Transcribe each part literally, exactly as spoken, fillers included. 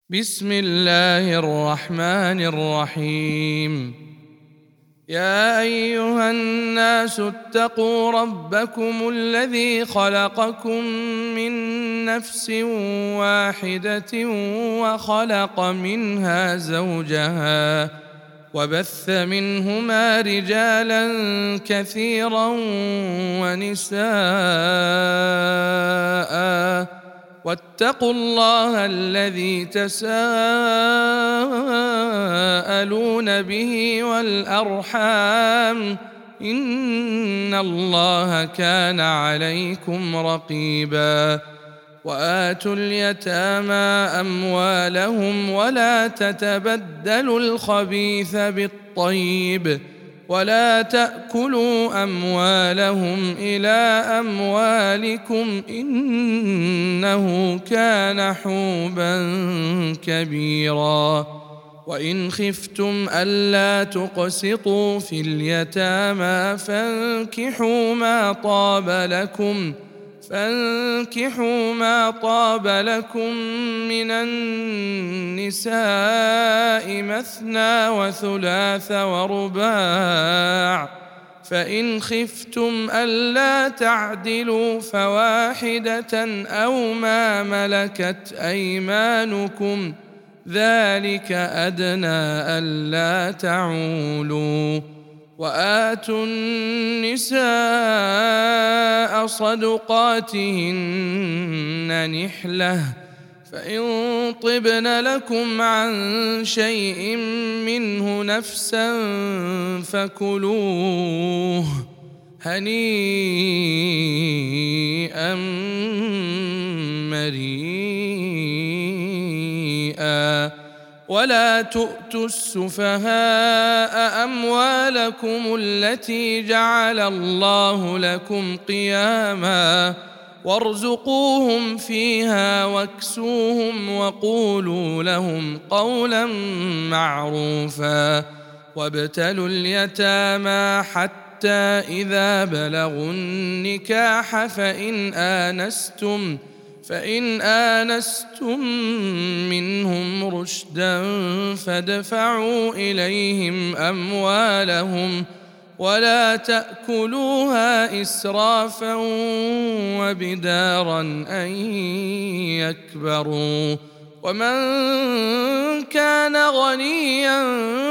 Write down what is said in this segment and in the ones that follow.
بسم الله الرحمن الرحيم. يا أيها الناس اتقوا ربكم الذي خلقكم من نفس واحدة وخلق منها زوجها وبث منهما رجالا كثيرا ونساء واتقوا الله الذي تساءلون به والأرحام إن الله كان عليكم رقيبا. وآتوا اليتامى أموالهم ولا تتبدلوا الخبيث بالطيب ولا تأكلوا أموالهم إلى أموالكم إنه كان حوبا كبيرا. وإن خفتم ألا تقسطوا في اليتامى فانكحوا ما طاب لكم فانكحوا ما طاب لكم من النساء مثنى وثلاث ورباع، فإن خفتم ألا تعدلوا فواحدة أو ما ملكت أيمانكم ذلك أدنى ألا تعولوا. وآتوا النساء صدقاتهن نحلة فإن طبن لكم عن شيء منه نفسا فكلوه هنيئا مريئا. ولا تؤتوا السفهاء أموالكم التي جعل الله لكم قياما وارزقوهم فيها واكسوهم وقولوا لهم قولا معروفا. وابتلوا اليتامى حتى إذا بلغوا النكاح فإن آنستم فإن آنستم منهم رشدا فادفعوا إليهم أموالهم ولا تأكلوها إسرافا وبدارا أن يكبروا. ومن كان غنيا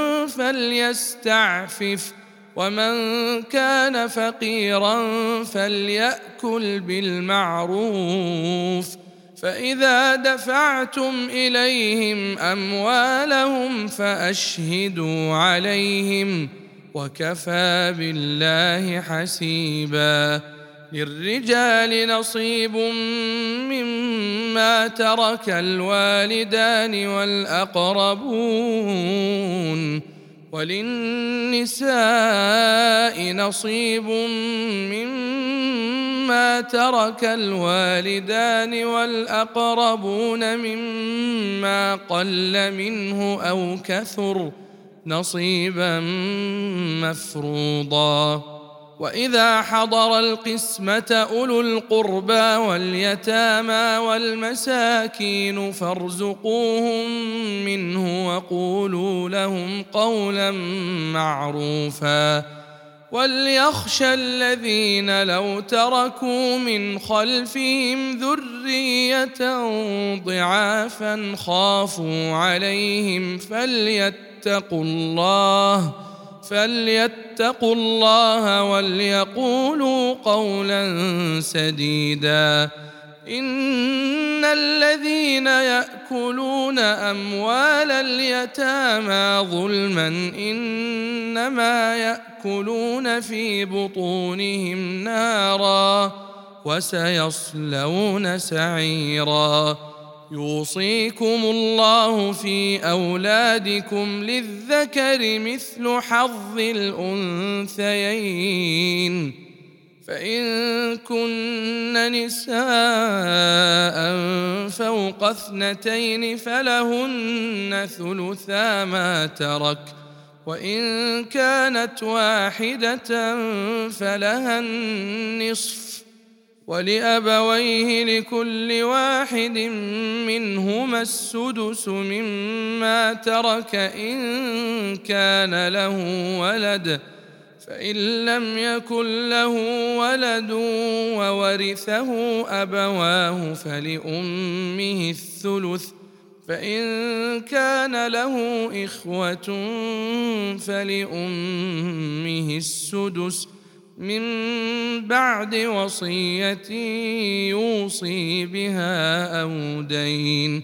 فليستعفف ومن كان فقيرا فليأكل بالمعروف. فإذا دفعتم إليهم أموالهم فأشهدوا عليهم وكفى بالله حسيبا. للرجال نصيب مما ترك الوالدان والأقربون وللنساء نصيب مما ترك الوالدان والأقربون مما قل منه أو كثر نصيبا مفروضا. وإذا حضر القسمة أولو القربى واليتامى والمساكين فارزقوهم منه وقولوا لهم قولا معروفا. وليخشى الذين لو تركوا من خلفهم ذرية ضعافا خافوا عليهم فليتقوا الله فليتقوا الله وليقولوا قولا سديدا. إن الذين يأكلون أموال اليتامى ظلما إنما يأكلون في بطونهم نارا وسيصلون سعيرا. يوصيكم الله في أولادكم للذكر مثل حظ الأنثيين فإن كن نساء فوق اثنتين فلهن ثلثا ما ترك وإن كانت واحدة فلها النصف ولأبويه لكل واحد منهما السدس مما ترك إن كان له ولد، فإن لم يكن له ولد وورثه أبواه فلأمه الثلث، فإن كان له إخوة فلأمه السدس من بعد وصية يوصي بها أو دين.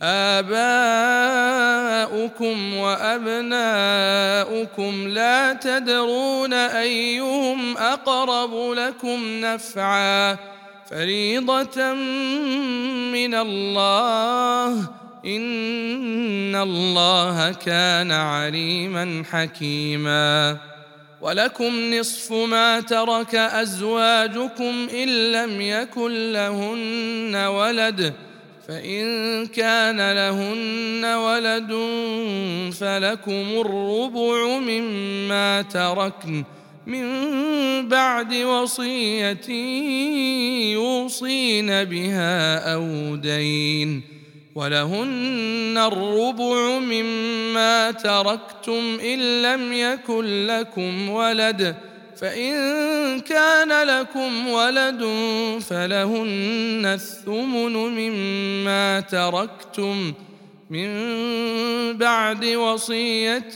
آباؤكم وأبناؤكم لا تدرون أيهم أقرب لكم نفعا، فريضة من الله، إن الله كان عليما حكيما. ولكم نصف ما ترك أزواجكم إن لم يكن لهن ولد، فإن كان لهن ولد فلكم الربع مما تركن من بعد وصية يوصين بها أو دين، ولهن الربع مما تركتم إن لم يكن لكم ولد، فإن كان لكم ولد فلهن الثمن مما تركتم من بعد وصية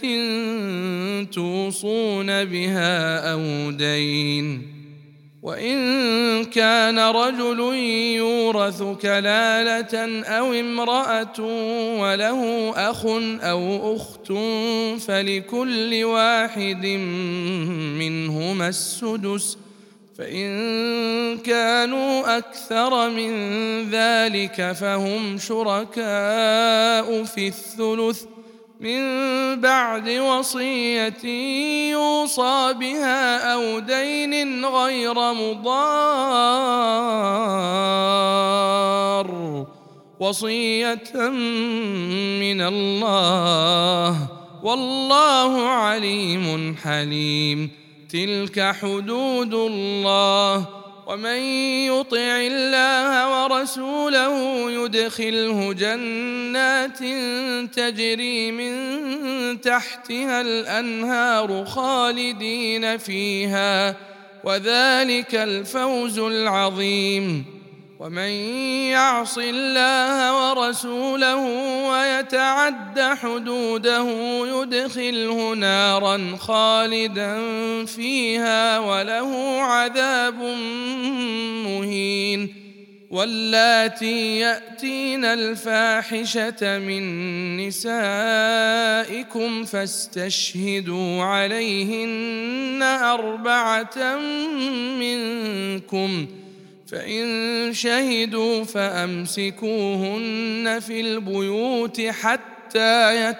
توصون بها أو دين. وإن كان رجل يورث كلالة أو امرأة وله أخ أو أخت فلكل واحد منهما السدس، فإن كانوا أكثر من ذلك فهم شركاء في الثلث من بعد وصية يوصى بها أو دين غير مضار، وصية من الله، والله عليم حليم. تلك حدود الله، ومن يطع الله ورسوله يدخله جنات تجري من تحتها الأنهار خالدين فيها، وذلك الفوز العظيم. ومن يعص الله ورسوله ويتعد حدوده يدخله نارا خالدا فيها وله عذاب مهين. واللاتي يأتين الفاحشة من نسائكم فاستشهدوا عليهن أربعة منكم، فإن شهدوا فأمسكوهن في البيوت حتى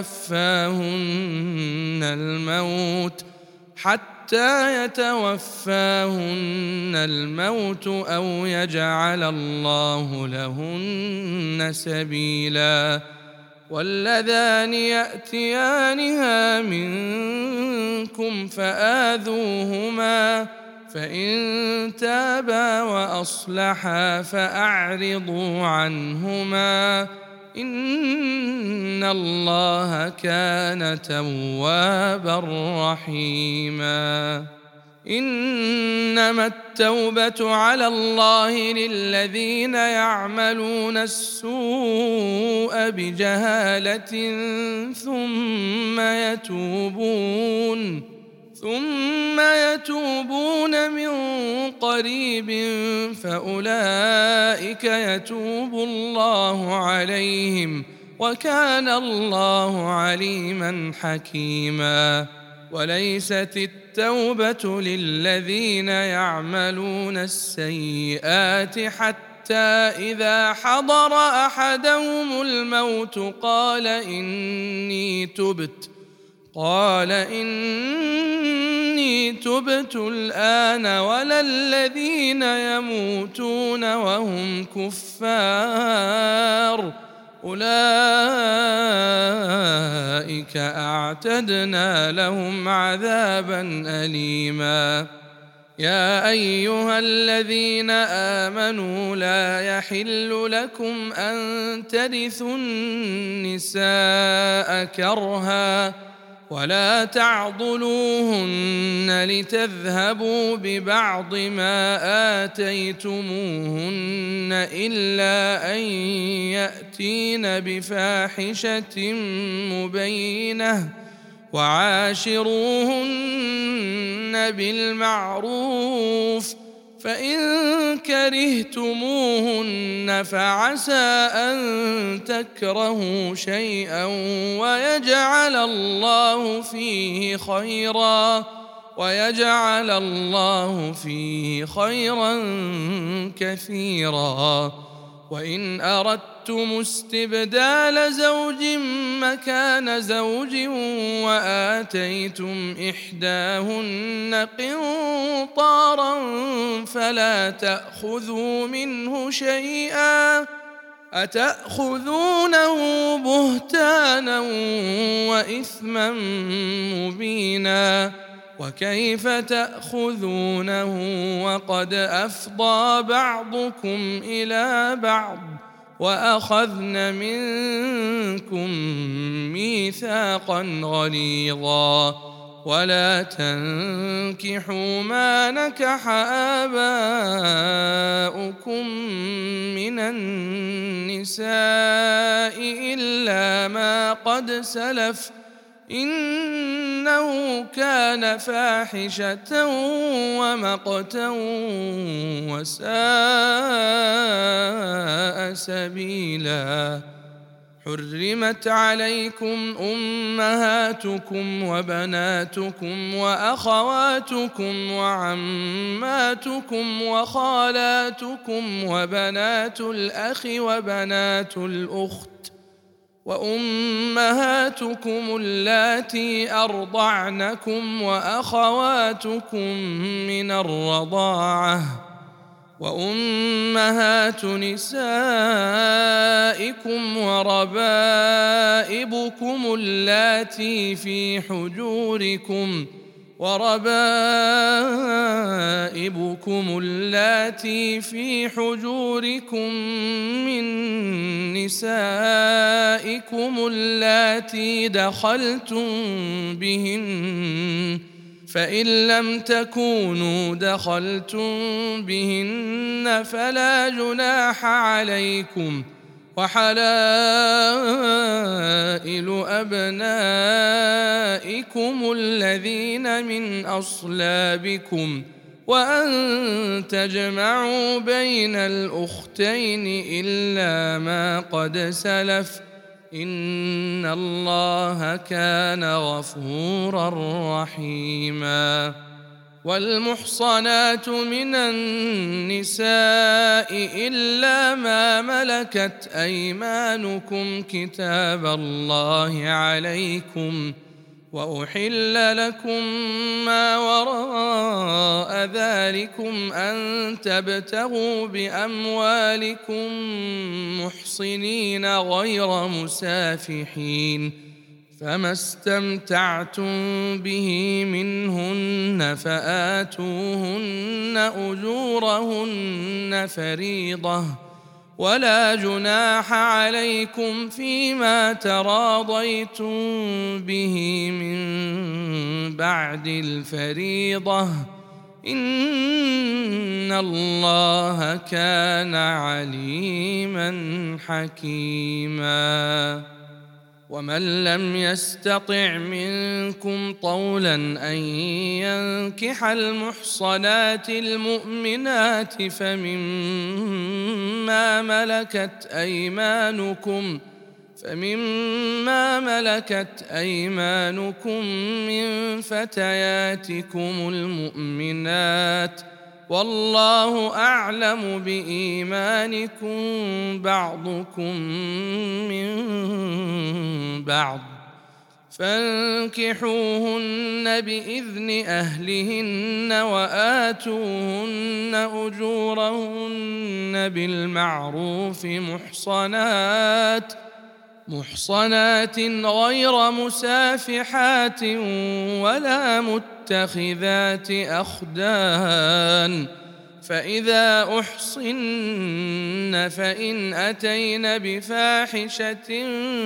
يتوفاهن الموت حتى يتوفاهن الموت أو يجعل الله لهن سبيلا. واللذان يأتيانها منكم فآذوهما، فإن تابا وأصلحا فأعرضوا عنهما، إن الله كان توابا رحيما. إنما التوبة على الله للذين يعملون السوء بجهالة ثم يتوبون ثم يتوبون من قريب فأولئك يتوب الله عليهم، وكان الله عليما حكيما. وليست التوبة للذين يعملون السيئات حتى إذا حضر أحدهم الموت قال إني تبت قال إني تبت الآن ولا الذين يموتون وهم كفار، أولئك أعتدنا لهم عذابا أليما. يا أيها الذين آمنوا لا يحل لكم أن ترثوا النساء كرها ولا تعضلوهن لتذهبوا ببعض ما آتيتموهن إلا أن يأتين بفاحشة مبينة وعاشروهن بالمعروف فإن كرهتموهن فعسى أن تكرهوا شيئا ويجعل الله فيه خيرا ويجعل الله فيه خيرا كثيرا وإن أردتم استبدال زوج مكان زوج وآتيتم إحداهن قنطارا فلا تأخذوا منه شيئا أتأخذونه بهتانا وإثما مبينا وكيف تأخذونه وقد أفضى بعضكم إلى بعض وأخذن منكم ميثاقا غليظا ولا تنكحوا ما نكح آباؤكم من النساء إلا ما قد سلف إنه كان فاحشة ومقتا وساء سبيلا حرمت عليكم أمهاتكم وبناتكم وأخواتكم وعماتكم وخالاتكم وبنات الأخ وبنات الأخت وأمهاتكم اللاتي أرضعنكم وأخواتكم من الرضاعة وأمهات نسائكم وربائبكم اللاتي في حجوركم وربائبكم اللاتي في حجوركم من نسائكم اللاتي دخلتم بهن فإن لم تكونوا دخلتم بهن فلا جناح عليكم وحلائل أبنائكم الذين من أصلابكم وأن تجمعوا بين الأختين إلا ما قد سلف إن الله كان غفورا رحيما والمحصنات من النساء إلا ما ملكت أيمانكم كتاب الله عليكم وأحل لكم ما وراء ذلكم أن تبتغوا بأموالكم محصنين غير مسافحين فما استمتعتم به منهن فآتوهن أجورهن فريضة ولا جناح عليكم فيما تراضيتم به من بعد الفريضة إن الله كان عليما حكيما ومن لم يستطع منكم طولا أن ينكح المحصنات المؤمنات فمما ملكت أيمانكم فمما ملكت أيمانكم من فتياتكم المؤمنات والله أعلم بإيمانكم بعضكم من بعض فانكحوهن بإذن أهلهن وآتوهن أجورهن بالمعروف محصنات محصنات غير مسافحات ولا متخذات أخدان، فإذا أحصن فإن أتين بفاحشة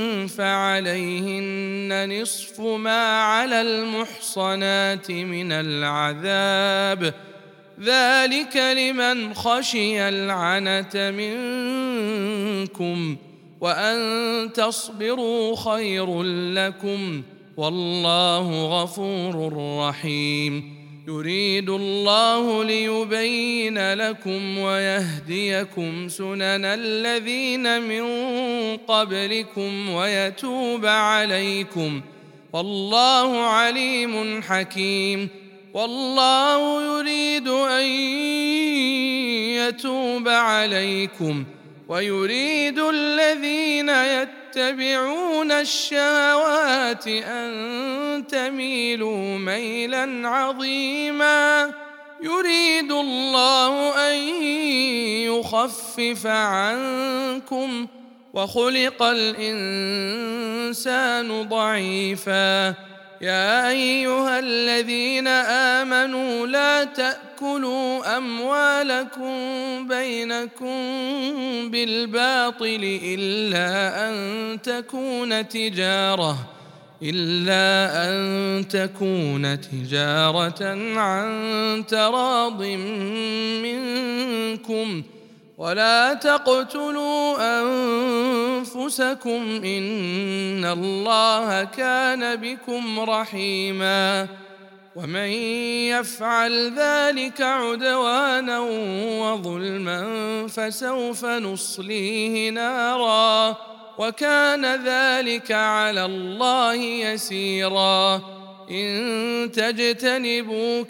فعليهن نصف ما على المحصنات من العذاب، ذلك لمن خشي العنة منكم، وأن تصبروا خير لكم، والله غفور رحيم. يريد الله ليبين لكم ويهديكم سنن الذين من قبلكم ويتوب عليكم، والله عليم حكيم. والله يريد أن يتوب عليكم ويريد الذين يتبعون الشهوات أن تميلوا ميلا عظيما. يريد الله أن يخفف عنكم وخلق الإنسان ضعيفا. يا أيها الذين آمنوا لا تأكلوا أموالكم بينكم بالباطل إلا أن تكون تجارة إلا أن تكون تجارة عن تراض منكم، ولا تقتلوا أنفسكم إن الله كان بكم رحيما. ومن يفعل ذلك عدوانا وظلما فسوف نصليه نارا، وكان ذلك على الله يسيرا. إن تجتنبوا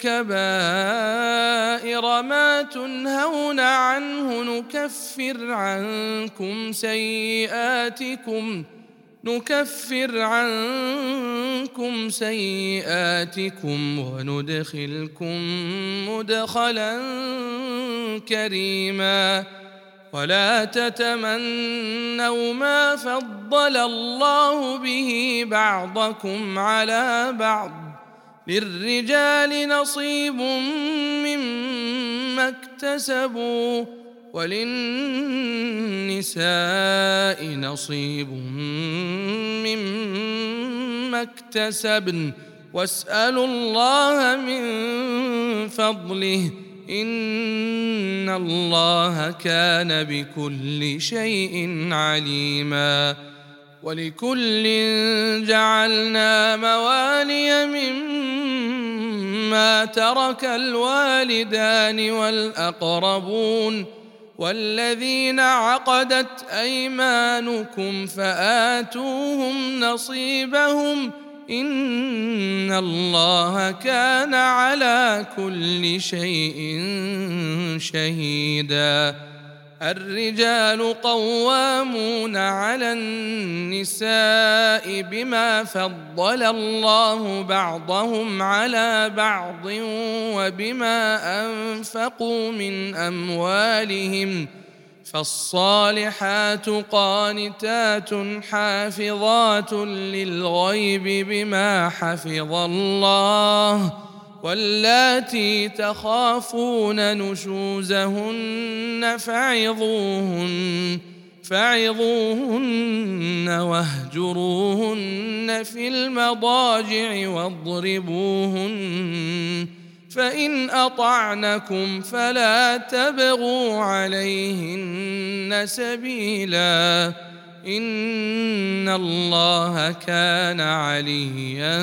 كبائر ما تنهون عنه نكفر عنكم سيئاتكم نكفر عنكم سيئاتكم وندخلكم مدخلا كريما. ولا تتمنوا ما فضل الله به بعضكم على بعض، للرجال نصيب مما اكتسبوا وللنساء نصيب مما اكتسبن، واسألوا الله من فضله إن الله كان بكل شيء عليما. ولكل جعلنا موالي مما ترك الوالدان والأقربون والذين عقدت أيمانكم فآتوهم نصيبهم إن الله كان على كل شيء شهيدا. الرجال قوامون على النساء بما فضل الله بعضهم على بعض وبما أنفقوا من أموالهم، فالصالحات قانتات حافظات للغيب بما حفظ الله، واللاتي تخافون نشوزهن فعظوهن فعظوهن واهجروهن في المضاجع واضربوهن، فإن أطعنكم فلا تبغوا عليهن سبيلا إن الله كان عليا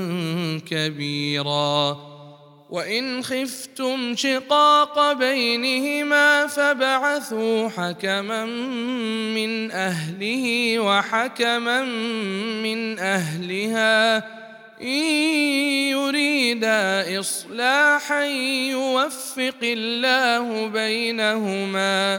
كبيرا. وإن خفتم شقاق بينهما فابعثوا حكما من أهله وحكما من أهلها إن يريدا إصلاحا يوفق الله بينهما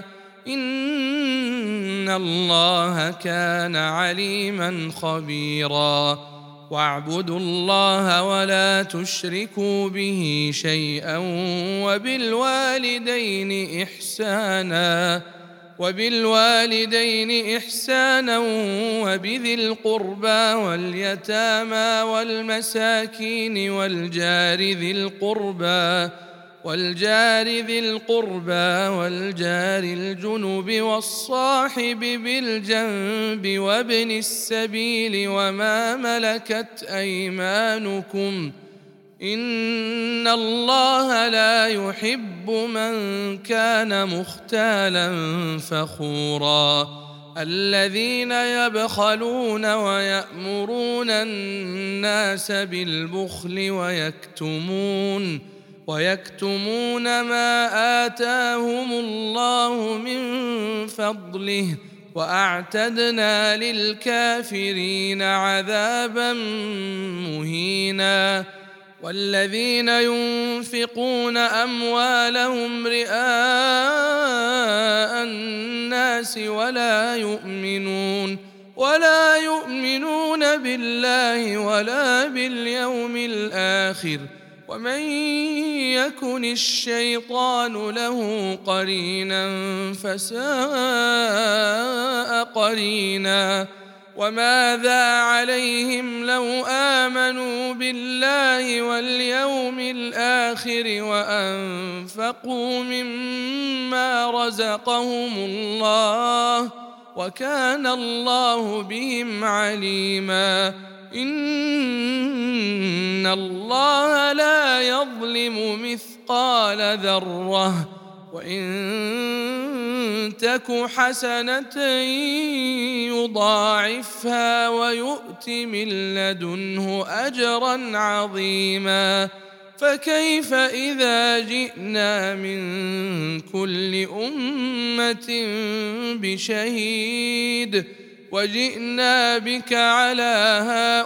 إن الله كان عليما خبيرا. واعبدوا الله ولا تشركوا به شيئا وبالوالدين إحسانا وبالوالدين إحسانا وبذي القربى واليتامى والمساكين والجار ذي القربى والجار ذي القربى والجار الجنب والصاحب بالجنب وابن السبيل وما ملكت أيمانكم إن الله لا يحب من كان مختالا فخورا الذين يبخلون ويأمرون الناس بالبخل ويكتمون ويكتمون ما آتاهم الله من فضله وأعتدنا للكافرين عذابا مهينا والذين ينفقون أموالهم رئاء الناس ولا يؤمنون ولا يؤمنون بالله ولا باليوم الآخر ومن يكن الشيطان له قرينا فساء قرينا وماذا عليهم لو آمنوا بالله واليوم الآخر وأنفقوا مما رزقهم الله وكان الله بهم عليما إن الله لا يظلم مثقال ذرة وإن تك حسنة يضاعفها ويؤت من لدنه أجرا عظيما فكيف إذا جئنا من كل أمة بشهيد وجئنا بك على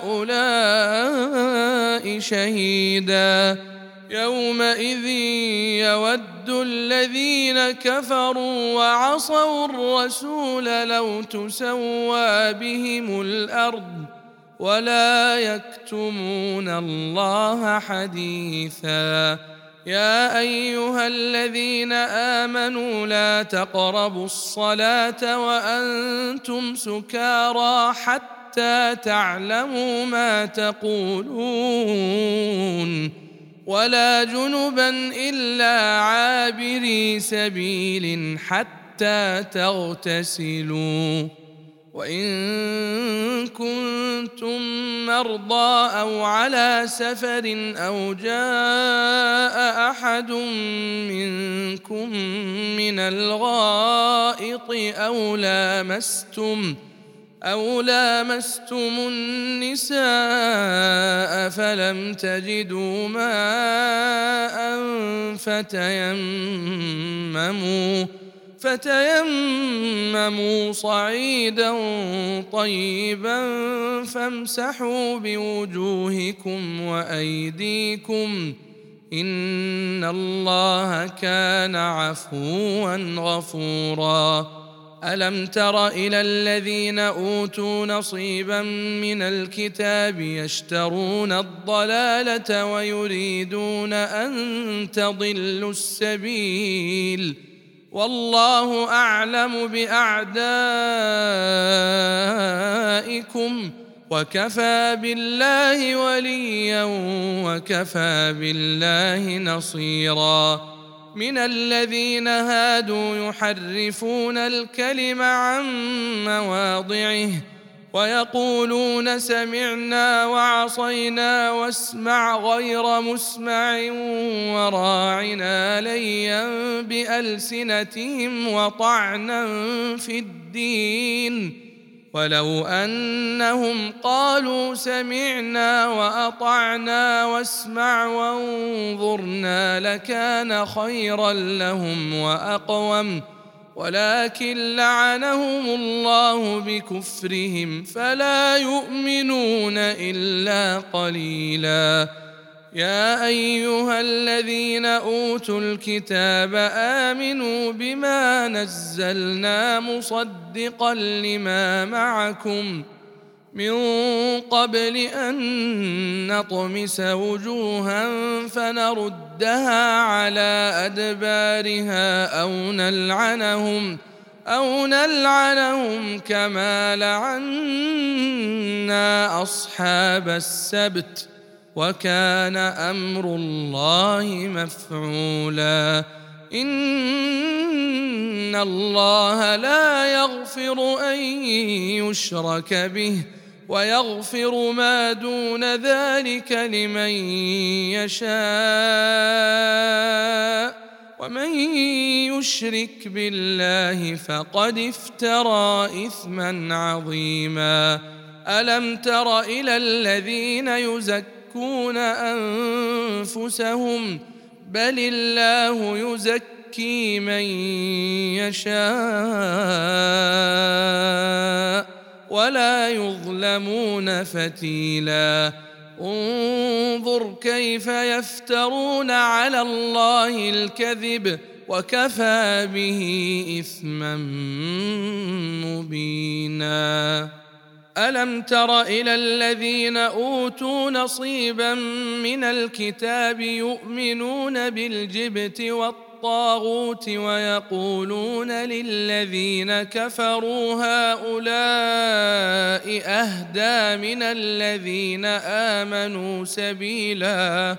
هؤلاء شهيدا يومئذ يود الذين كفروا وعصوا الرسول لو تسوى بهم الأرض ولا يكتمون الله حديثا يا أيها الذين آمنوا لا تقربوا الصلاة وأنتم سكارى حتى تعلموا ما تقولون ولا جنبا إلا عابري سبيل حتى تغتسلوا وإن كنتم مرضى أو على سفر أو جاء أحد منكم من الغائط أو لامستم أو لامستم النساء فلم تجدوا ماء فتيمموا فتيمموا صعيدا طيبا فامسحوا بوجوهكم وأيديكم إن الله كان عفوا غفورا ألم تر إلى الذين أوتوا نصيبا من الكتاب يشترون الضلالة ويريدون أن تضلوا السبيل والله أعلم بأعدائكم وكفى بالله وليا وكفى بالله نصيرا من الذين هادوا يحرفون الكلم عن مواضعه ويقولون سمعنا وعصينا واسمع غير مسمع وراعنا ليا بألسنتهم وطعنا في الدين ولو أنهم قالوا سمعنا وأطعنا واسمع وانظرنا لكان خيرا لهم وأقوم ولكن لعنهم الله بكفرهم فلا يؤمنون إلا قليلا يا أيها الذين أوتوا الكتاب آمنوا بما نزلنا مصدقا لما معكم من قبل أن نطمس وجوها فنردها على أدبارها أو نلعنهم أو نلعنهم كما لعنا أصحاب السبت وكان أمر الله مفعولا إن الله لا يغفر أن يشرك به ويغفر ما دون ذلك لمن يشاء ومن يشرك بالله فقد افترى إثما عظيما ألم تر إلى الذين يزكون أنفسهم بل الله يزكي من يشاء ولا يظلمون فتيلا انظر كيف يفترون على الله الكذب وكفى به إثما مبينا ألم تر إلى الذين أوتوا نصيبا من الكتاب يؤمنون بالجبت والطاغوت ويقولون للذين كفروا هؤلاء أهدى من الذين آمنوا سبيلا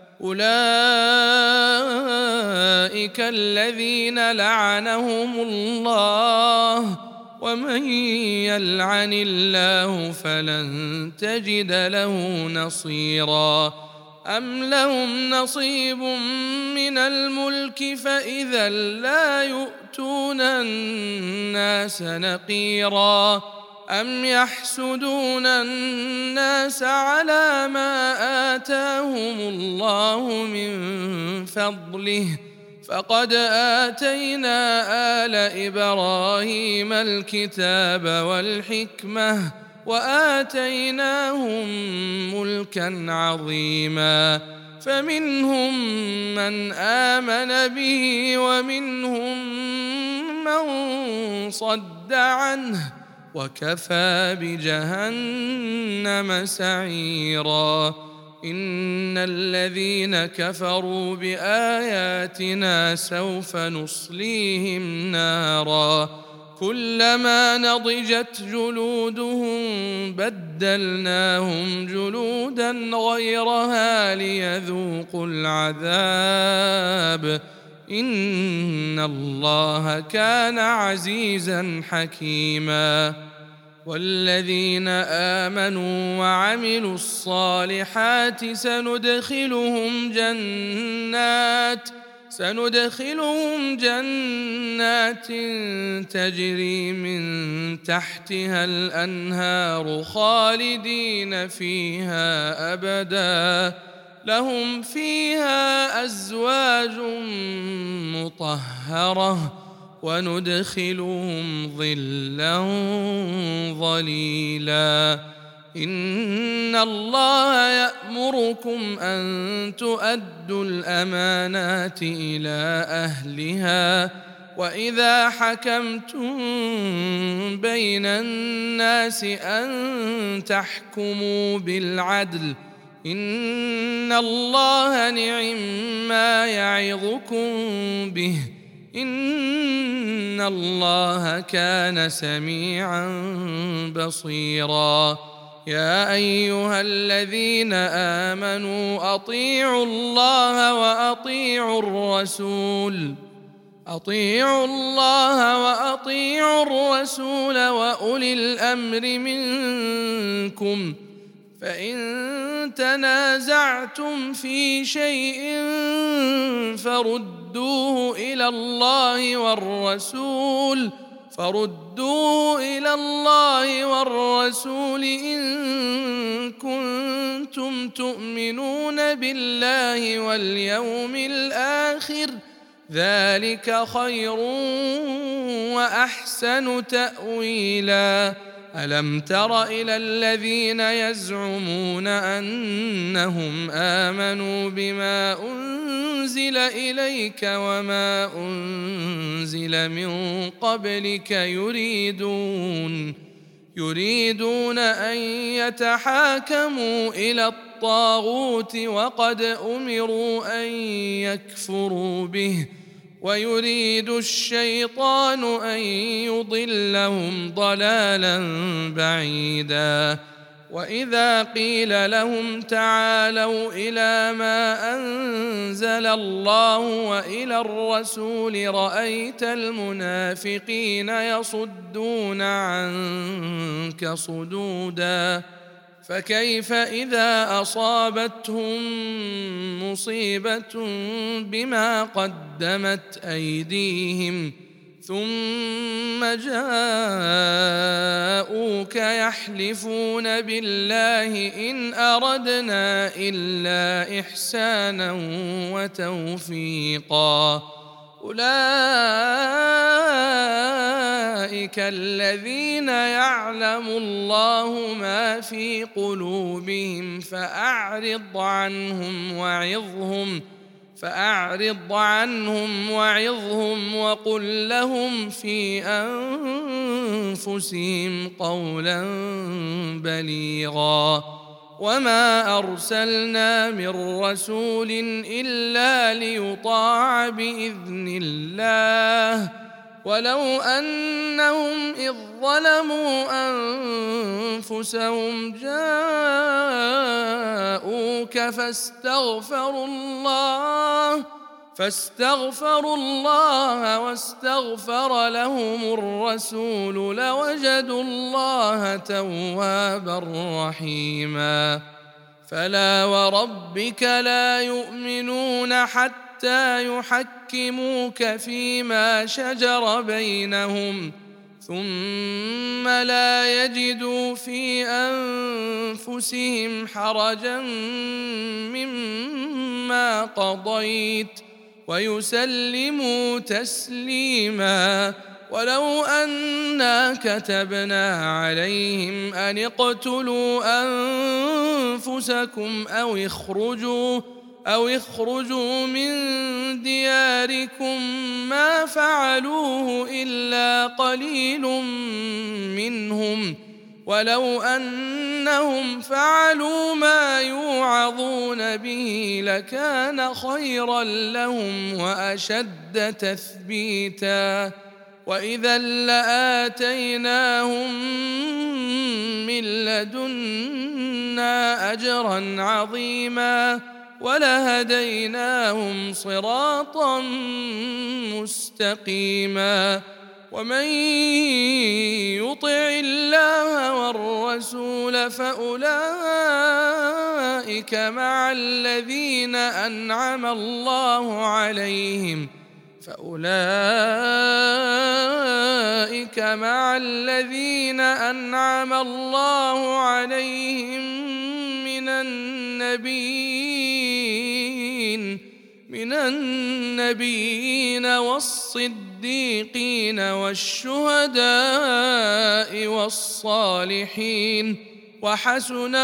أولئك الذين لعنهم الله ومن يلعن الله فلن تجد له نصيرا أم لهم نصيب من الملك فإذا لا يؤتون الناس نقيرا أم يحسدون الناس على ما آتاهم الله من فضله فقد آتينا آل إبراهيم الكتاب والحكمة وآتيناهم ملكا عظيما فمنهم من آمن به ومنهم من صد عنه وكفى بجهنم سعيرا إن الذين كفروا بآياتنا سوف نصليهم نارا كلما نضجت جلودهم بدلناهم جلودا غيرها ليذوقوا العذاب إن الله كان عزيزا حكيما والذين آمنوا وعملوا الصالحات سندخلهم جنات سندخلهم جنات تجري من تحتها الأنهار خالدين فيها أبدا لهم فيها أزواج مطهرة وندخلهم ظلا ظليلا إن الله يأمركم أن تؤدوا الأمانات إلى أهلها وإذا حكمتم بين الناس أن تحكموا بالعدل إن الله نعم ما يعظكم به إن الله كان سميعا بصيرا يا أيها الذين آمنوا أطيعوا الله وأطيعوا الرسول أطيعوا الله وأطيعوا الرسول وأولي الأمر منكم فإن تنازعتم في شيء فردوه إلى الله والرسول فردوه إلى الله والرسول إن كنتم تؤمنون بالله واليوم الآخر ذلك خير وأحسن تأويلا ألم تر إلى الذين يزعمون أنهم آمنوا بما أنزل إليك وما أنزل من قبلك يريدون يريدون أن يتحاكموا إلى الطاغوت وقد أمروا أن يكفروا به ويريد الشيطان أن يضلهم ضلالا بعيدا. وإذا قيل لهم تعالوا إلى ما أنزل الله وإلى الرسول رأيت المنافقين يصدون عنك صدودا. فكيف إذا أصابتهم مصيبة بما قدمت أيديهم ثم جاءوك يحلفون بالله إن أردنا إلا إحسانا وتوفيقا أولئك الذين يعلم الله ما في قلوبهم فأعرض عنهم وعظهم فأعرض عنهم وعظهم وقل لهم في أنفسهم قولا بليغا. وما أرسلنا من رسول إلا ليطاع بإذن الله ولو أنهم إذ ظلموا أنفسهم جاءوك فاستغفروا الله فاستغفروا الله واستغفر لهم الرسول لوجدوا الله توابا رحيما. فلا وربك لا يؤمنون حتى يحكموك فيما شجر بينهم ثم لا يجدوا في أنفسهم حرجا مما قضيت ويسلموا تسليما. ولو أنا كتبنا عليهم أن اقتلوا أنفسكم أو اخرجوا أو اخرجوا من دياركم ما فعلوه إلا قليل منهم ولو أنهم فعلوا ما يوعظون به لكان خيرا لهم وأشد تثبيتا. وإذا لآتيناهم من لدنا أجرا عظيما ولهديناهم صراطا مستقيما. ومن يطع الله والرسول فأولئك مع الذين أنعم الله عليهم فأولئك مع الذين أنعم الله عليهم من النبيين من النبيين والصديقين والشهداء والصالحين وحسن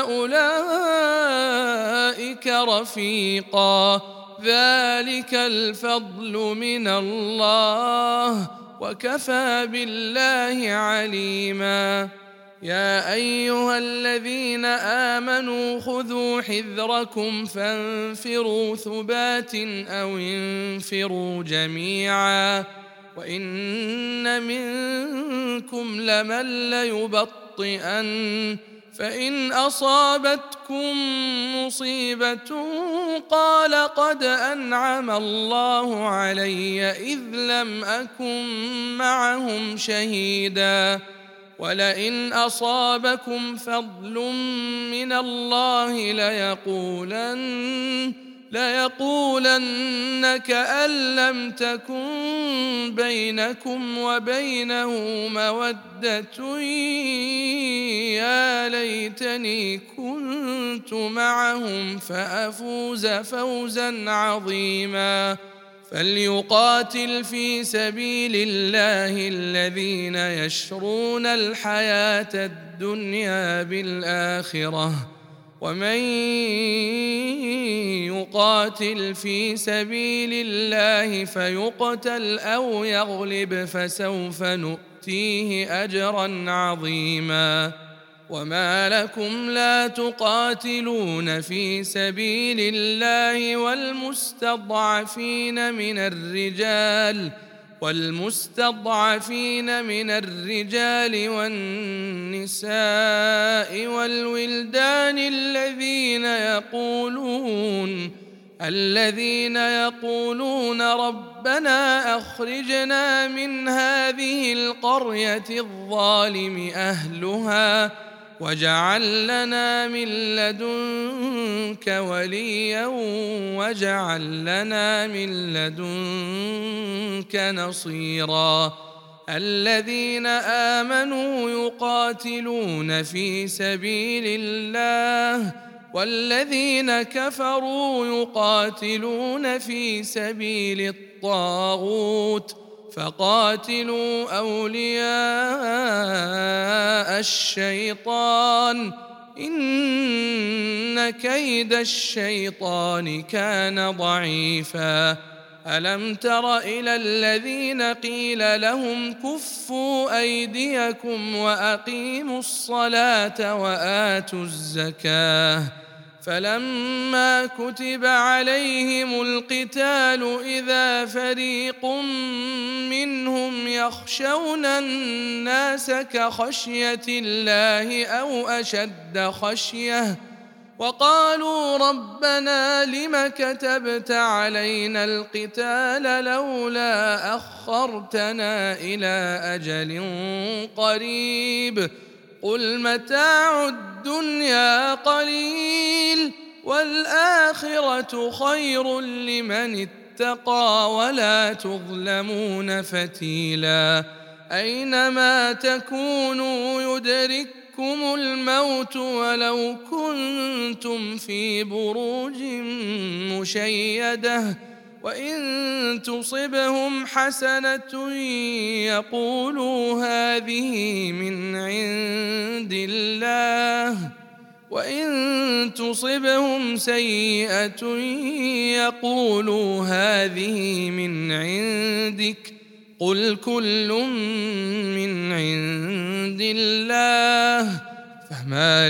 أولئك رفيقا. ذلك الفضل من الله وكفى بالله عليما. يا أيها الذين آمنوا خذوا حذركم فانفروا ثبات أو انفروا جميعا وإن منكم لمن ليبطئن فإن أصابتكم مصيبة قال قد أنعم الله علي إذ لم أكن معهم شهيدا ولئن أصابكم فضل من الله ليقولن ليقولن كأن لم تكن بينكم وبينه مودة يا ليتني كنت معهم فأفوز فوزا عظيما. فليقاتل في سبيل الله الذين يشرون الحياة الدنيا بالآخرة ومن يقاتل في سبيل الله فيقتل أو يغلب فسوف نؤتيه أجرا عظيما. وما لكم لا تقاتلون في سبيل الله والمستضعفين من الرجال والمستضعفين من الرجال والنساء والولدان الذين يقولون الذين يقولون ربنا أخرجنا من هذه القرية الظالم أهلها واجعل لنا من لدنك وليا واجعل لنا من لدنك نصيرا الذين آمنوا يقاتلون في سبيل الله والذين كفروا يقاتلون في سبيل الطاغوت فقاتلوا أولياء الشيطان إن كيد الشيطان كان ضعيفا ألم تر إلى الذين قيل لهم كفوا أيديكم وأقيموا الصلاة وآتوا الزكاة فلما كتب عليهم القتال إذا فريق منهم يخشون الناس كخشية الله أو أشد خشية وقالوا ربنا لم كتبت علينا القتال لولا أخرتنا إلى أجل قريب قل متاع الدنيا قليل والآخرة خير لمن اتقى ولا تظلمون فتيلا أينما تكونوا يدرككم الموت ولو كنتم في بروج مشيدة وإن تصبهم حسنة يقولوا هذه من عند الله وإن تصبهم سيئة يقولوا هذه من عندك قل كل من عند الله فما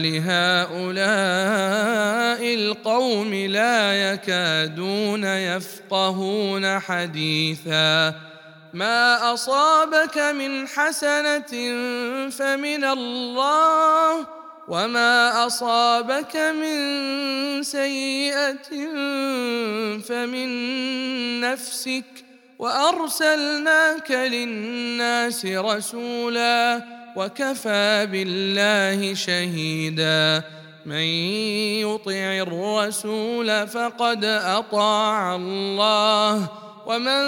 لهؤلاء القوم لا يكادون يفقهون حديثا ما أصابك من حسنة فمن الله وما أصابك من سيئة فمن نفسك وأرسلناك للناس رسولا وكفى بالله شهيدا من يطع الرسول فقد أطاع الله ومن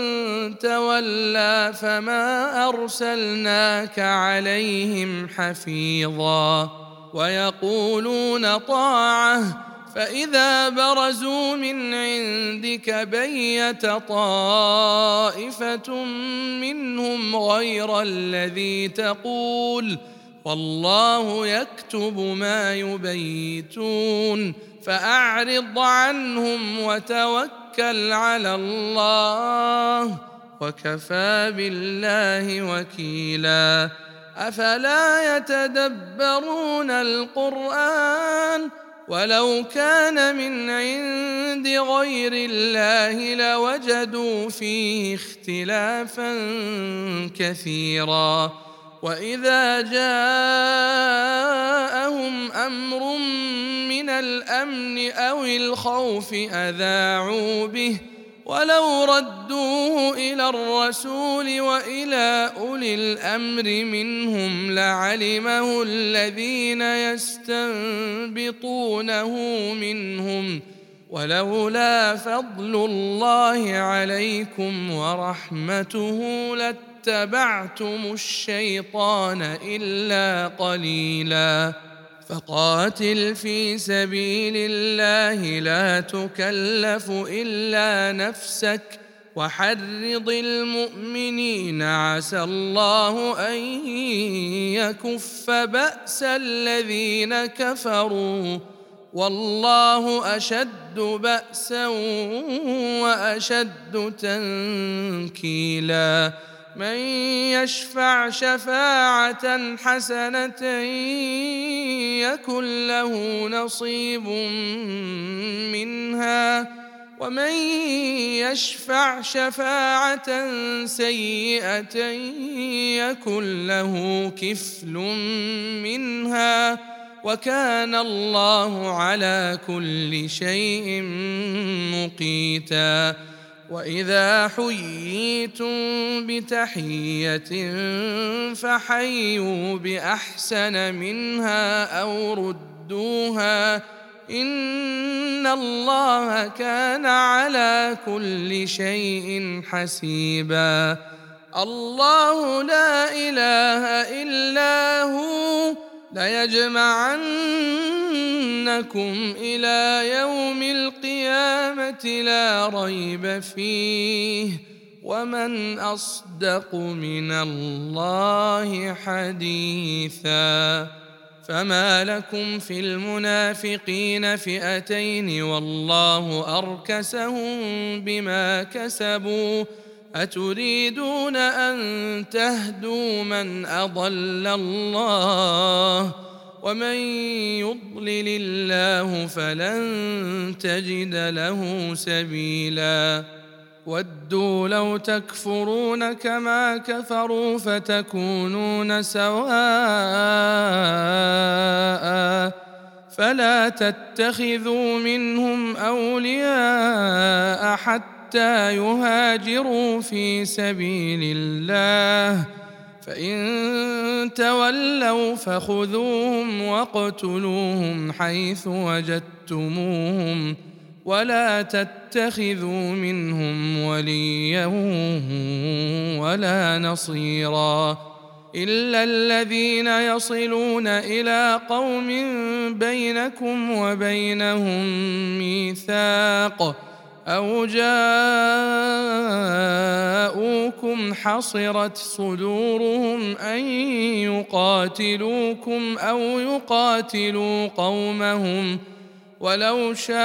تولى فما أرسلناك عليهم حفيظا ويقولون طاعة فإذا برزوا من عندك بيت طائفة منهم غير الذي تقول والله يكتب ما يبيتون فأعرض عنهم وتوكل على الله وكفى بالله وكيلا أفلا يتدبرون القرآن ولو كان من عند غير الله لوجدوا فيه اختلافا كثيرا وإذا جاءهم أمر من الأمن أو الخوف أذاعوا به ولو ردوه إلى الرسول وإلى أولي الأمر منهم لعلمه الذين يستنبطونه منهم ولولا فضل الله عليكم ورحمته لاتبعتم الشيطان إلا قليلا فقاتل في سبيل الله لا تكلف إلا نفسك وحرض المؤمنين عسى الله أن يكف بأس الذين كفروا والله أشد بأسا وأشد تنكيلا من يشفع شفاعة حسنة يكن له نصيب منها، ومن يشفع شفاعة سيئة يكن له كفل منها، وكان الله على كل شيء مقيتا. وإذا حييتم بتحية فحيوا بأحسن منها أو ردوها، إن الله كان على كل شيء حسيبا. الله لا إله إلا هو ليجمعنكم إلى يوم القيامة لا ريب فيه، ومن أصدق من الله حديثا. فما لكم في المنافقين فئتين والله أركسهم بما كسبوا، أتريدون أن تهدوا من أضل الله، ومن يضلل الله فلن تجد له سبيلا. ودوا لو تكفرون كما كفروا فتكونون سواء فلا تتخذوا منهم أولياء حتى يهاجروا في سبيل الله، فإن تولوا فخذوهم واقتلوهم حيث وجدتموهم، ولا تتخذوا منهم وليا ولا نصيرا إلا الذين يصلون إلى قوم بينكم وبينهم ميثاق أو جاءوكم حصرت صدورهم أن يقاتلوكم أو يقاتلوا قومهم، ولو شاء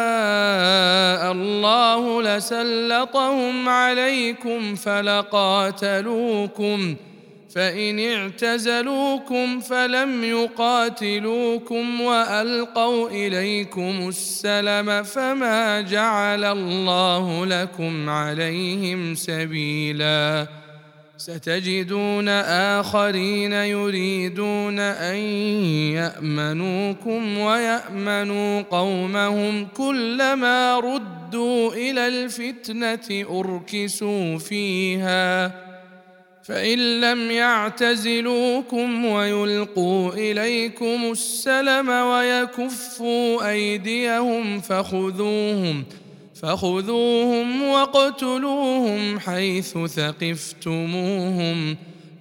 الله لسلطهم عليكم فلقاتلوكم، فإن اعتزلوكم فلم يقاتلوكم وألقوا إليكم السلم فما جعل الله لكم عليهم سبيلا. ستجدون آخرين يريدون أن يأمنوكم ويأمنوا قومهم، كلما ردوا إلى الفتنة أركسوا فيها، فإن لم يعتزلوكم ويلقوا إليكم السلم ويكفوا أيديهم فخذوهم فخذوهم واقتلوهم حيث ثقفتموهم،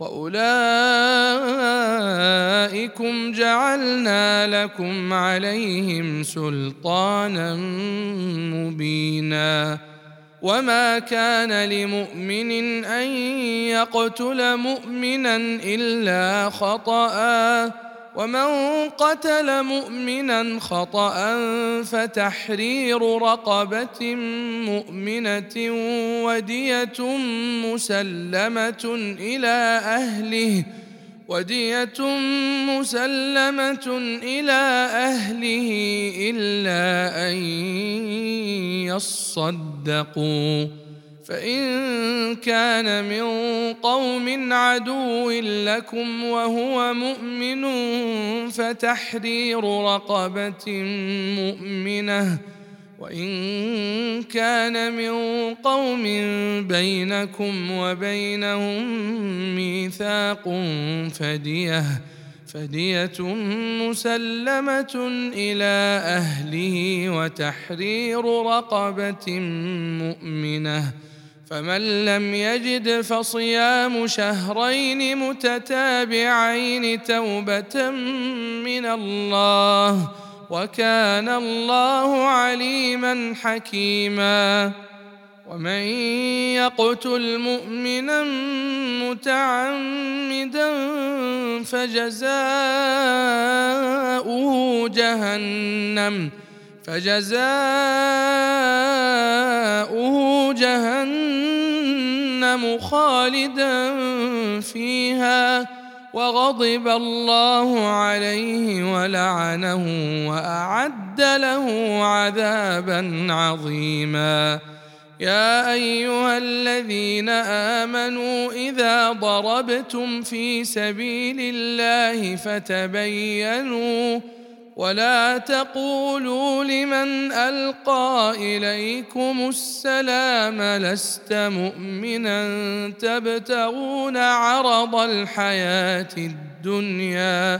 وأولئكم جعلنا لكم عليهم سلطانا مبينا. وما كان لمؤمن أن يقتل مؤمنا إلا خطأ، ومن قتل مؤمنا خطأ فتحرير رقبة مؤمنة ودية مسلمة إلى أهله ودية مسلمة إلى أهله إلا أن يصدقوا، فإن كان من قوم عدو لكم وهو مؤمن فتحرير رقبة مؤمنة، وإن كان من قوم بينكم وبينهم ميثاق فدية فدية مسلمة إلى أهله وتحرير رقبة مؤمنة، فمن لم يجد فصيام شهرين متتابعين توبة من الله، وكان الله عليما حكيما. ومن يقتل مؤمنا متعمدا فجزاؤه جهنم فجزاؤه جهنم جهنم خالدا فيها وغضب الله عليه ولعنه وأعد له عذابا عظيما. يا أيها الذين آمنوا إذا ضربتم في سبيل الله فتبينوا ولا تقولوا لمن ألقى إليكم السلام لست مؤمنا تبتغون عرض الحياة الدنيا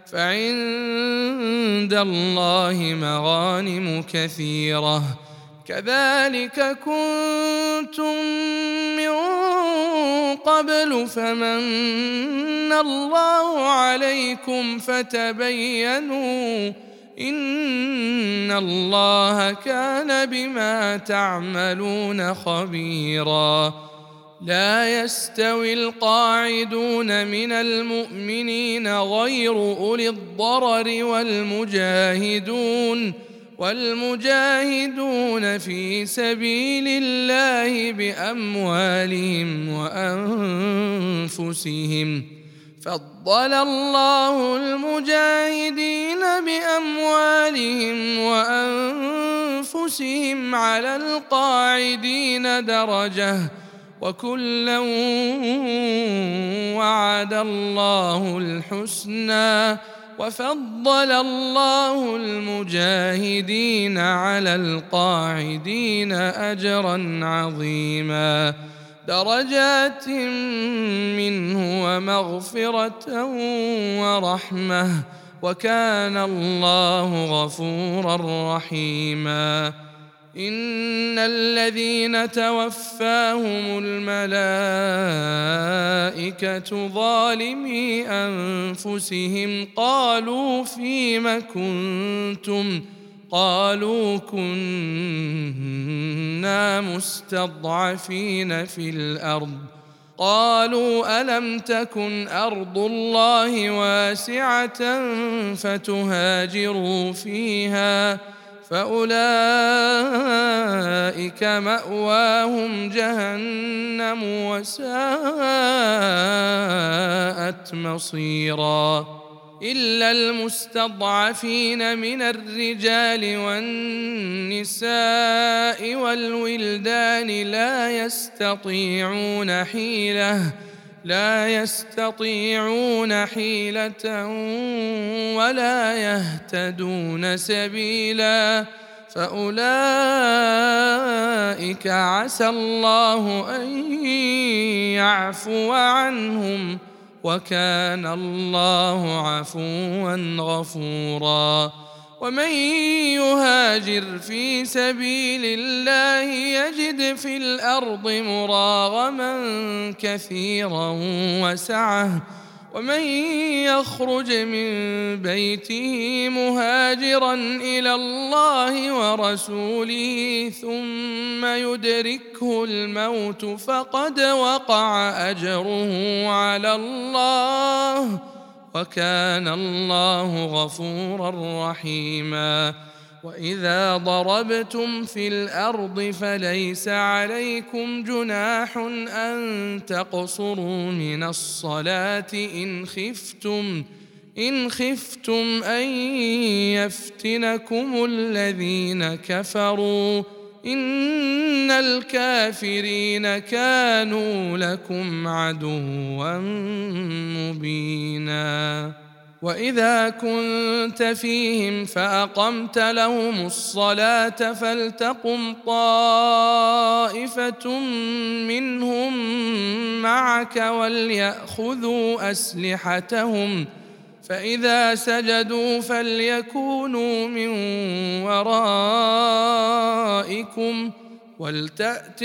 فعند الله مغانم كثيرة كذلك كنتم من قبل فمن الله عليكم فتبينوا إن الله كان بما تعملون خبيرا. لا يستوي القاعدون من المؤمنين غير أولي الضرر والمجاهدون والمجاهدون في سبيل الله بأموالهم وأنفسهم فضل الله المجاهدين بأموالهم وأنفسهم على القاعدين درجة وكلا وعد الله الحسنى وفضل الله المجاهدين على القاعدين أجرا عظيما درجات منه ومغفرة ورحمة وكان الله غفورا رحيما. إن الذين توفاهم الملائكة ظالمي أنفسهم قالوا فيم كنتم قالوا كنا مستضعفين في الأرض قالوا ألم تكن أرض الله واسعة فتهاجروا فيها فأولئك مأواهم جهنم وساءت مصيرا. إلا المستضعفين من الرجال والنساء والولدان لا يستطيعون حيلة لا يستطيعون حيلة ولا يهتدون سبيلا فأولئك عسى الله أن يعفو عنهم وكان الله عفوا غفورا. ومن يهاجر في سبيل الله يجد في الأرض مراغما كثيرا وسعة ومن يخرج من بيته مهاجرا إلى الله ورسوله ثم يدركه الموت فقد وقع أجره على الله وكان الله غفورا رحيما. وإذا ضربتم في الأرض فليس عليكم جناح أن تقصروا من الصلاة إن خفتم إن خفتم أن يفتنكم الذين كفروا إن الكافرين كانوا لكم عدوا مبينا. وإذا كنت فيهم فأقمت لهم الصلاة فلتقم طائفة منهم معك وليأخذوا أسلحتهم فإذا سجدوا فليكونوا من ورائكم ولتأت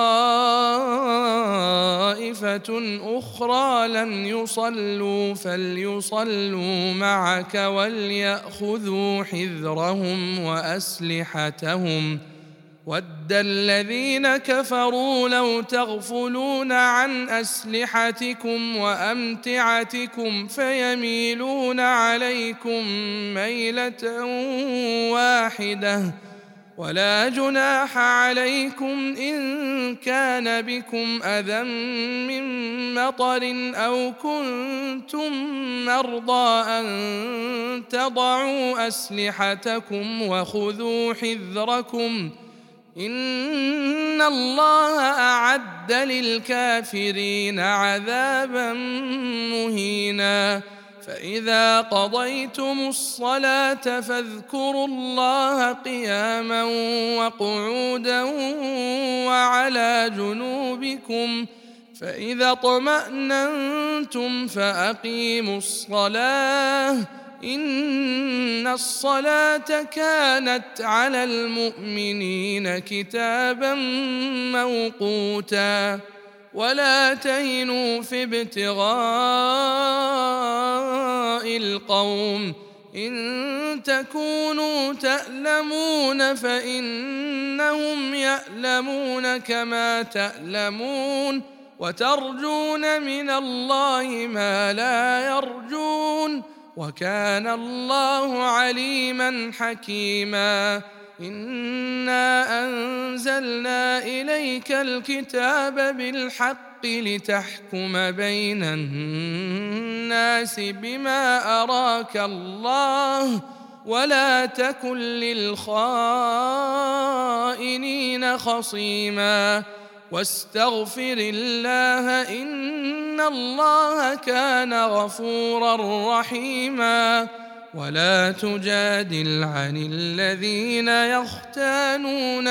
طائفة أخرى لم يصلوا فليصلوا معك وليأخذوا حذرهم وأسلحتهم ود الذين كفروا لو تغفلون عن أسلحتكم وأمتعتكم فيميلون عليكم ميلة واحدة ولا جناح عليكم إن كان بكم أذى من مطر أو كنتم مرضى أن تضعوا أسلحتكم وخذوا حذركم إن الله أعد للكافرين عذابا مهينا فإذا قضيتم الصلاة فاذكروا الله قياما وقعودا وعلى جنوبكم فإذا اطمأننتم فأقيموا الصلاة إن الصلاة كانت على المؤمنين كتابا موقوتا ولا تهنوا في ابتغاء القوم إن تكونوا تألمون فإنهم يألمون كما تألمون وترجون من الله ما لا يرجون وكان الله عليما حكيما إنا أنزلنا إليك الكتاب بالحق لتحكم بين الناس بما أراك الله ولا تكن للخائنين خصيما واستغفر الله إن الله كان غفورا رحيما ولا تجادل عن الذين يختانون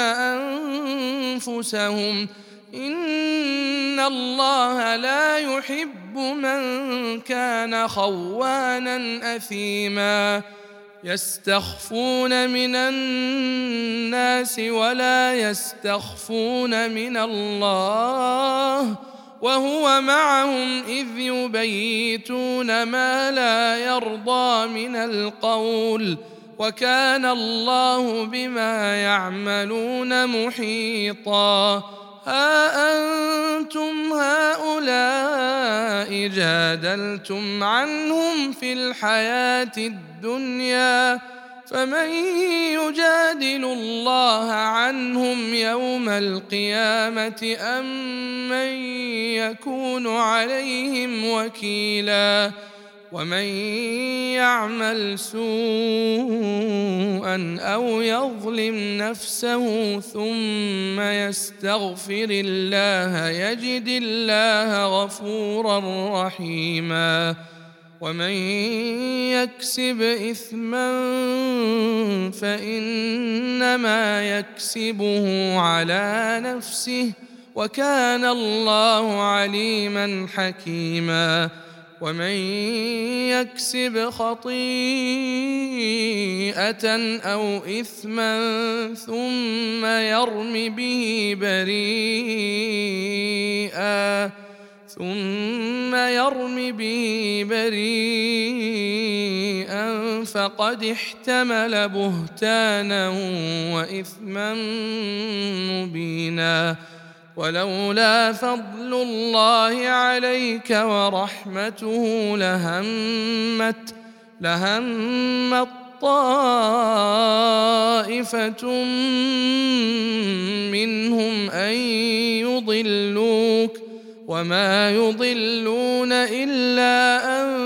أنفسهم إن الله لا يحب من كان خوانا أثيما يستخفون من الناس ولا يستخفون من الله وهو معهم إذ يبيتون ما لا يرضى من القول وكان الله بما يعملون محيطا ها أنتم هؤلاء جادلتم عنهم في الحياة الدنيا فمن يجادل الله عنهم يوم القيامة أم من يكون عليهم وكيلا ومن يعمل سوءا أو يظلم نفسه ثم يستغفر الله يجد الله غفورا رحيما ومن يكسب إثما فإنما يكسبه على نفسه وكان الله عليما حكيما ومن يكسب خطيئة أو إثما ثم يرم به بريئا ثم يرم به بريئا فقد احتمل بهتانا وإثما مبينا ولولا فضل الله عليك ورحمته لهمت لهمت طائفة منهم أن يضلوك وما يضلون إلا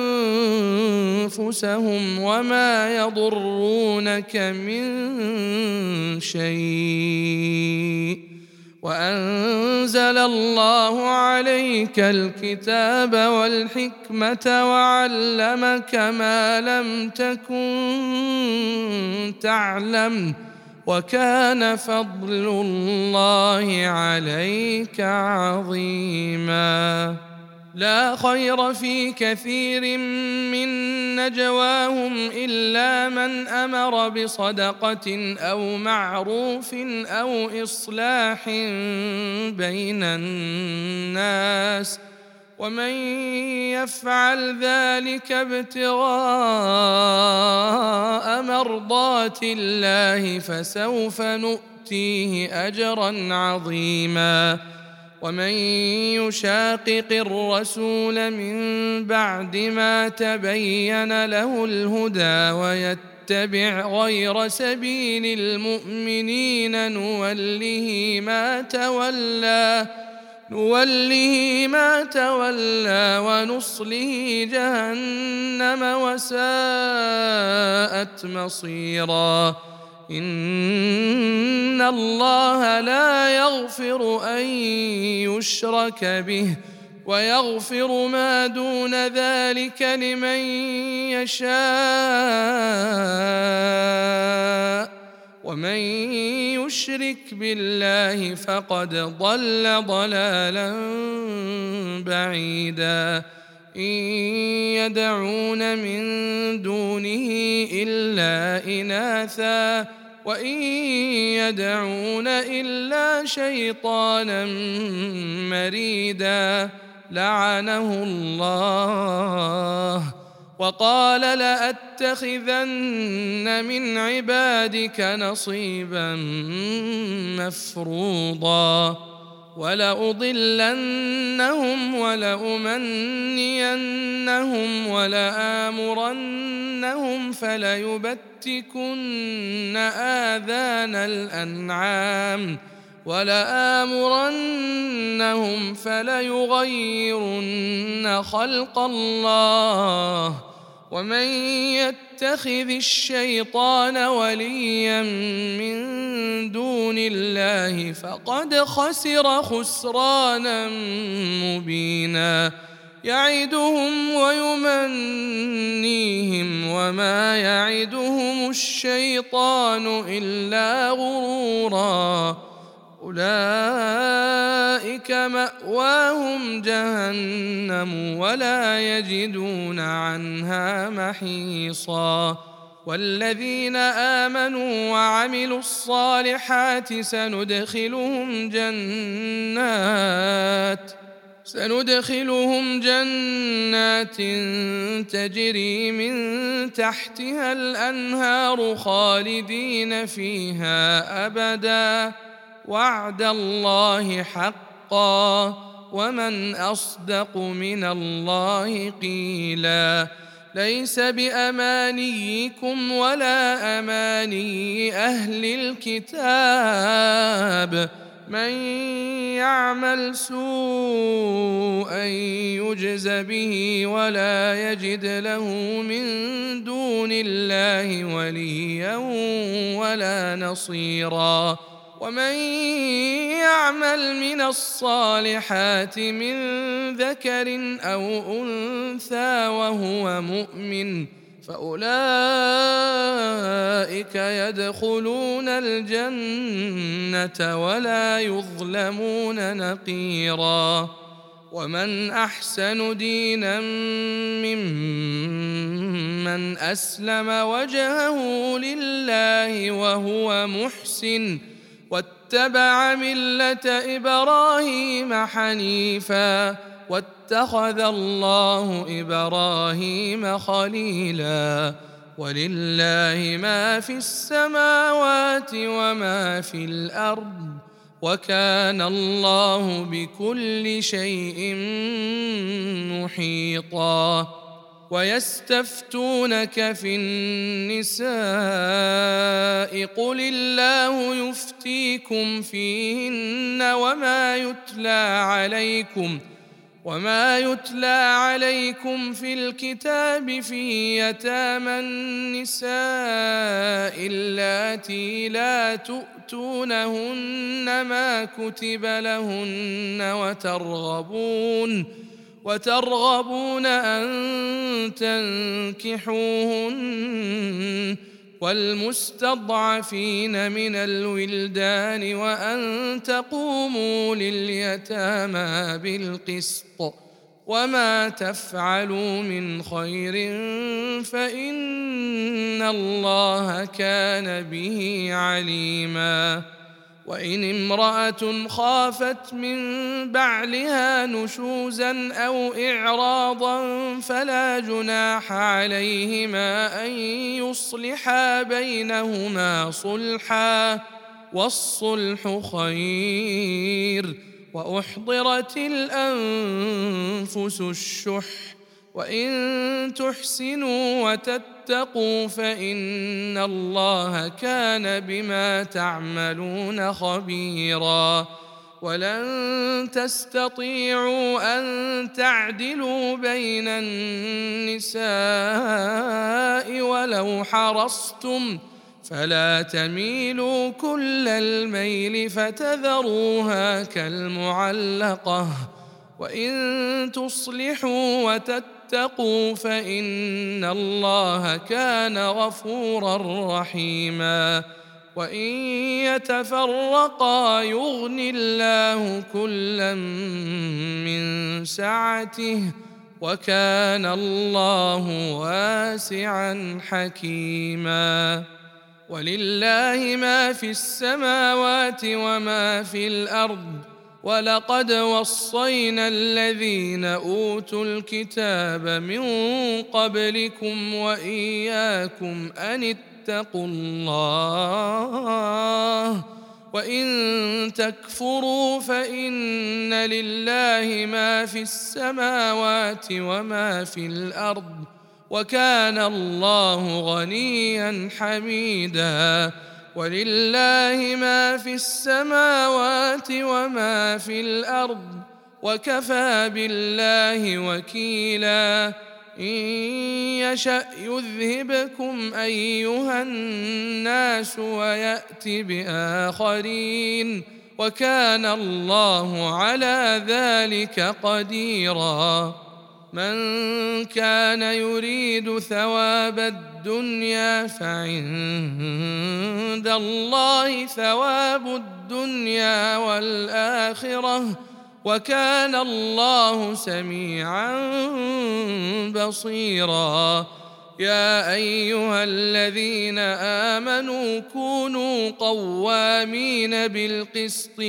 أنفسهم وما يضرونك من شيء وأنزل الله عليك الكتاب والحكمة وعلمك ما لم تكن تعلم وكان فضل الله عليك عظيما لا خير في كثير من نجواهم إلا من أمر بصدقة أو معروف أو إصلاح بين الناس ومن يفعل ذلك ابتغاء مرضات الله فسوف نؤتيه أجرا عظيما ومن يشاقق الرسول من بعد ما تبين له الهدى يتبع غير سبيل المؤمنين نوله ما تولى نوله ما تولى ونصله جهنم وساءت مصيرا. إن الله لا يغفر أن يشرك به ويغفر ما دون ذلك لمن يشاء ومن يشرك بالله فقد ضل ضلالا بعيدا. إن يدعون من دونه إلا إناثا وإن يدعون إلا شيطانا مريدا لعنه الله وقال لأتخذن من عبادك نصيبا مفروضا ولأضلنهم ولأمنينهم ولآمرنهم فليبتكن آذان الأنعام ولآمرنهم فليغيرن خلق الله ومن يتخذ الشيطان وليا من دون الله فقد خسر خسرانا مبينا. يعدهم ويمنيهم وما يعدهم الشيطان إلا غرورا. أولئك مأواهم جهنم ولا يجدون عنها محيصا. والذين آمنوا وعملوا الصالحات سندخلهم جنات سندخلهم جنات تجري من تحتها الأنهار خالدين فيها أبدا وعد الله حقا ومن أصدق من الله قيلا. ليس بأمانيكم ولا أماني أهل الكتاب من يعمل سوءا يجز به ولا يجد له من دون الله وليا ولا نصيرا. ومن يعمل من الصالحات من ذكر أو أنثى وهو مؤمن فأولئك يدخلون الجنة ولا يظلمون نقيرا. ومن أحسن دينا ممن أسلم وجهه لله وهو محسن واتبع ملة إبراهيم حنيفا واتخذ الله إبراهيم خليلا. ولله ما في السماوات وما في الأرض وكان الله بكل شيء محيطا. ويستفتونك في النساء قل الله يفتيكم فيهن وما يتلى عليكم وما يتلى عليكم في الكتاب في يتامى النساء اللاتي لا تؤتونهن ما كتب لهن وترغبون وترغبون أن تنكحوهن والمستضعفين من الولدان وأن تقوموا لليتامى بالقسط وما تفعلوا من خير فإن الله كان به عليما. وإن امرأة خافت من بعلها نشوزا أو إعراضا فلا جناح عليهما أن يصلحا بينهما صلحا والصلح خير. وأحضرت الأنفس الشح وإن تحسنوا وتتقوا واتقوا فإن الله كان بما تعملون خبيرا. ولن تستطيعوا أن تعدلوا بين النساء ولو حرصتم، فلا تميلوا كل الميل فتذروها كالمعلقة، وإن تصلحوا وتتقوا فإن الله كان غفورا رحيما. وإن يتفرقا يغن الله كلا من سعته، وكان الله واسعا حكيما. ولله ما في السماوات وما في الأرض، ولقد وصينا الذين أوتوا الكتاب من قبلكم وإياكم أن اتقوا الله، وإن تكفروا فإن لله ما في السماوات وما في الأرض، وكان الله غنيا حميدا. ولله ما في السماوات وما في الأرض، وكفى بالله وكيلا. إن يشأ يذهبكم أيها الناس ويأت بآخرين، وكان الله على ذلك قديرا. من كان يريد ثواب الدنيا فعند الله ثواب الدنيا والآخرة، وكان الله سميعا بصيرا. يا أيها الذين آمنوا كونوا قوامين بالقسط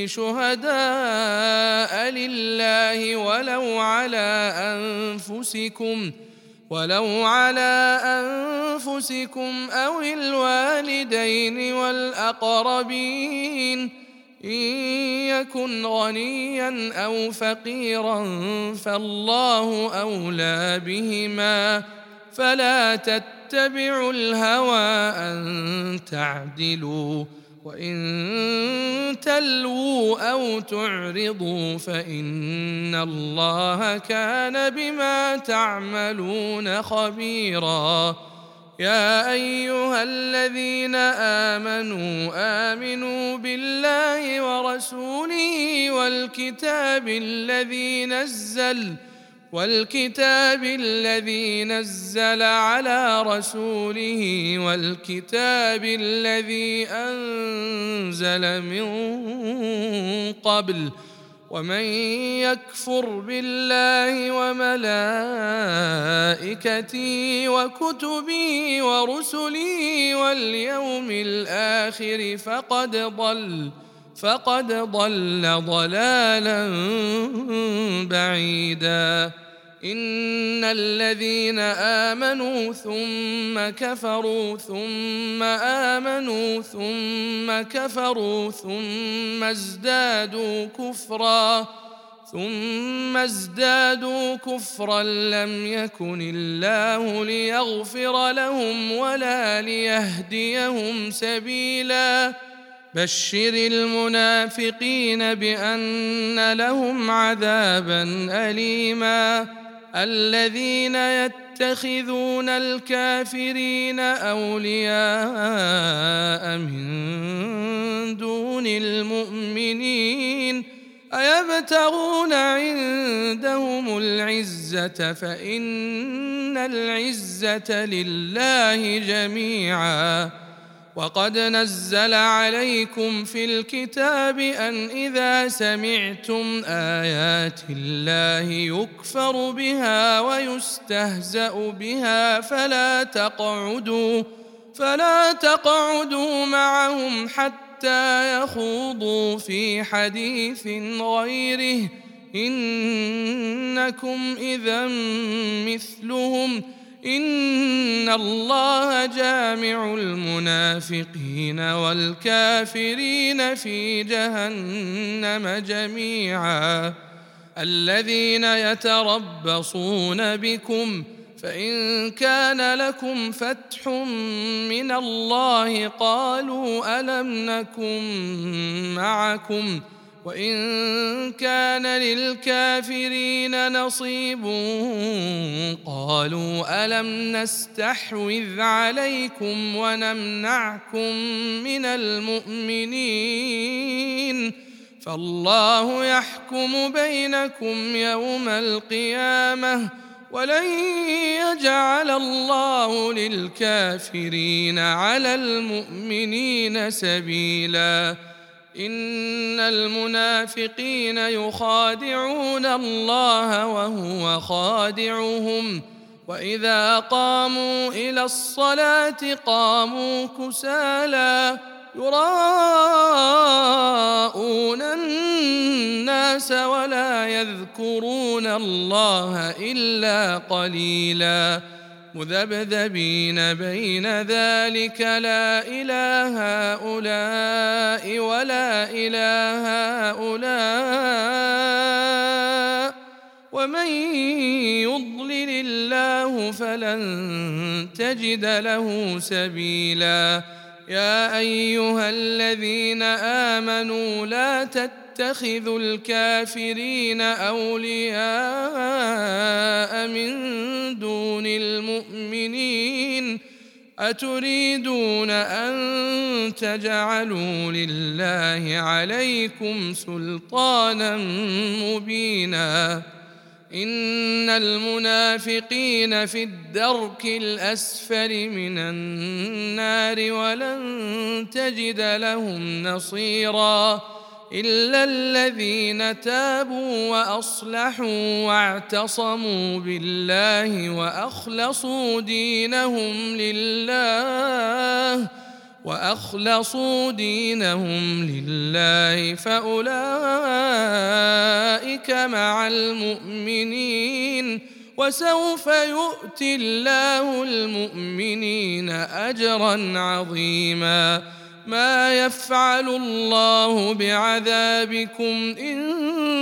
شهداء لله ولو على أنفسكم ولو على أنفسكم أو الوالدين والأقربين، إن يكن غنيا أو فقيرا فالله أولى بهما، فلا تتبعوا الهوى أن تعدلوا، وإن تلووا أو تعرضوا فإن الله كان بما تعملون خبيرا. يا أيها الذين آمنوا آمنوا بالله ورسوله والكتاب الذي نزل والكتاب الذي نزل على رسوله والكتاب الذي أنزل من قبل، ومن يكفر بالله وملائكته وكتبه ورسله واليوم الآخر فقد ضل فقد ضل ضلالا بعيدا. إن الذين آمنوا ثم كفروا ثم آمنوا ثم كفروا ثم ازدادوا كفرا ثم ازدادوا كفرا لم يكن الله ليغفر لهم ولا ليهديهم سبيلا. بشر المنافقين بأن لهم عذابا أليما. الذين يتخذون الكافرين أولياء من دون المؤمنين أيبتغون عندهم العزة فإن العزة لله جميعا. وقد نزل عليكم في الكتاب أن إذا سمعتم آيات الله يكفر بها ويستهزأ بها فلا تقعدوا فلا تقعدوا معهم حتى يخوضوا في حديث غيره إنكم إذا مثلهم إن الله جامع المنافقين والكافرين في جهنم جميعا. الذين يتربصون بكم فإن كان لكم فتح من الله قالوا ألم نكن معكم وإن كان للكافرين نصيب قالوا ألم نستحوذ عليكم ونمنعكم من المؤمنين فالله يحكم بينكم يوم القيامة ولن يجعل الله للكافرين على المؤمنين سبيلا إن المنافقين يخادعون الله وهو خادعهم وإذا قاموا إلى الصلاة قاموا كسالى يراءون الناس ولا يذكرون الله إلا قليلا مذبذبين بين ذلك لا إله هؤلاء ولا إله هؤلاء ومن يضلل الله فلن تجد له سبيلا يا أيها الذين آمنوا لا تتخذوا الكافرين أولياء من دون المؤمنين أتريدون أن تجعلوا لله عليكم سلطانا مبينا إن المنافقين في الدرك الأسفل من النار ولن تجد لهم نصيرا إلا الذين تابوا وأصلحوا واعتصموا بالله وأخلصوا دينهم لله وأخلصوا دينهم لله فأولئك مع المؤمنين وسوف يؤتي الله المؤمنين أجرا عظيما ما يفعل الله بعذابكم إن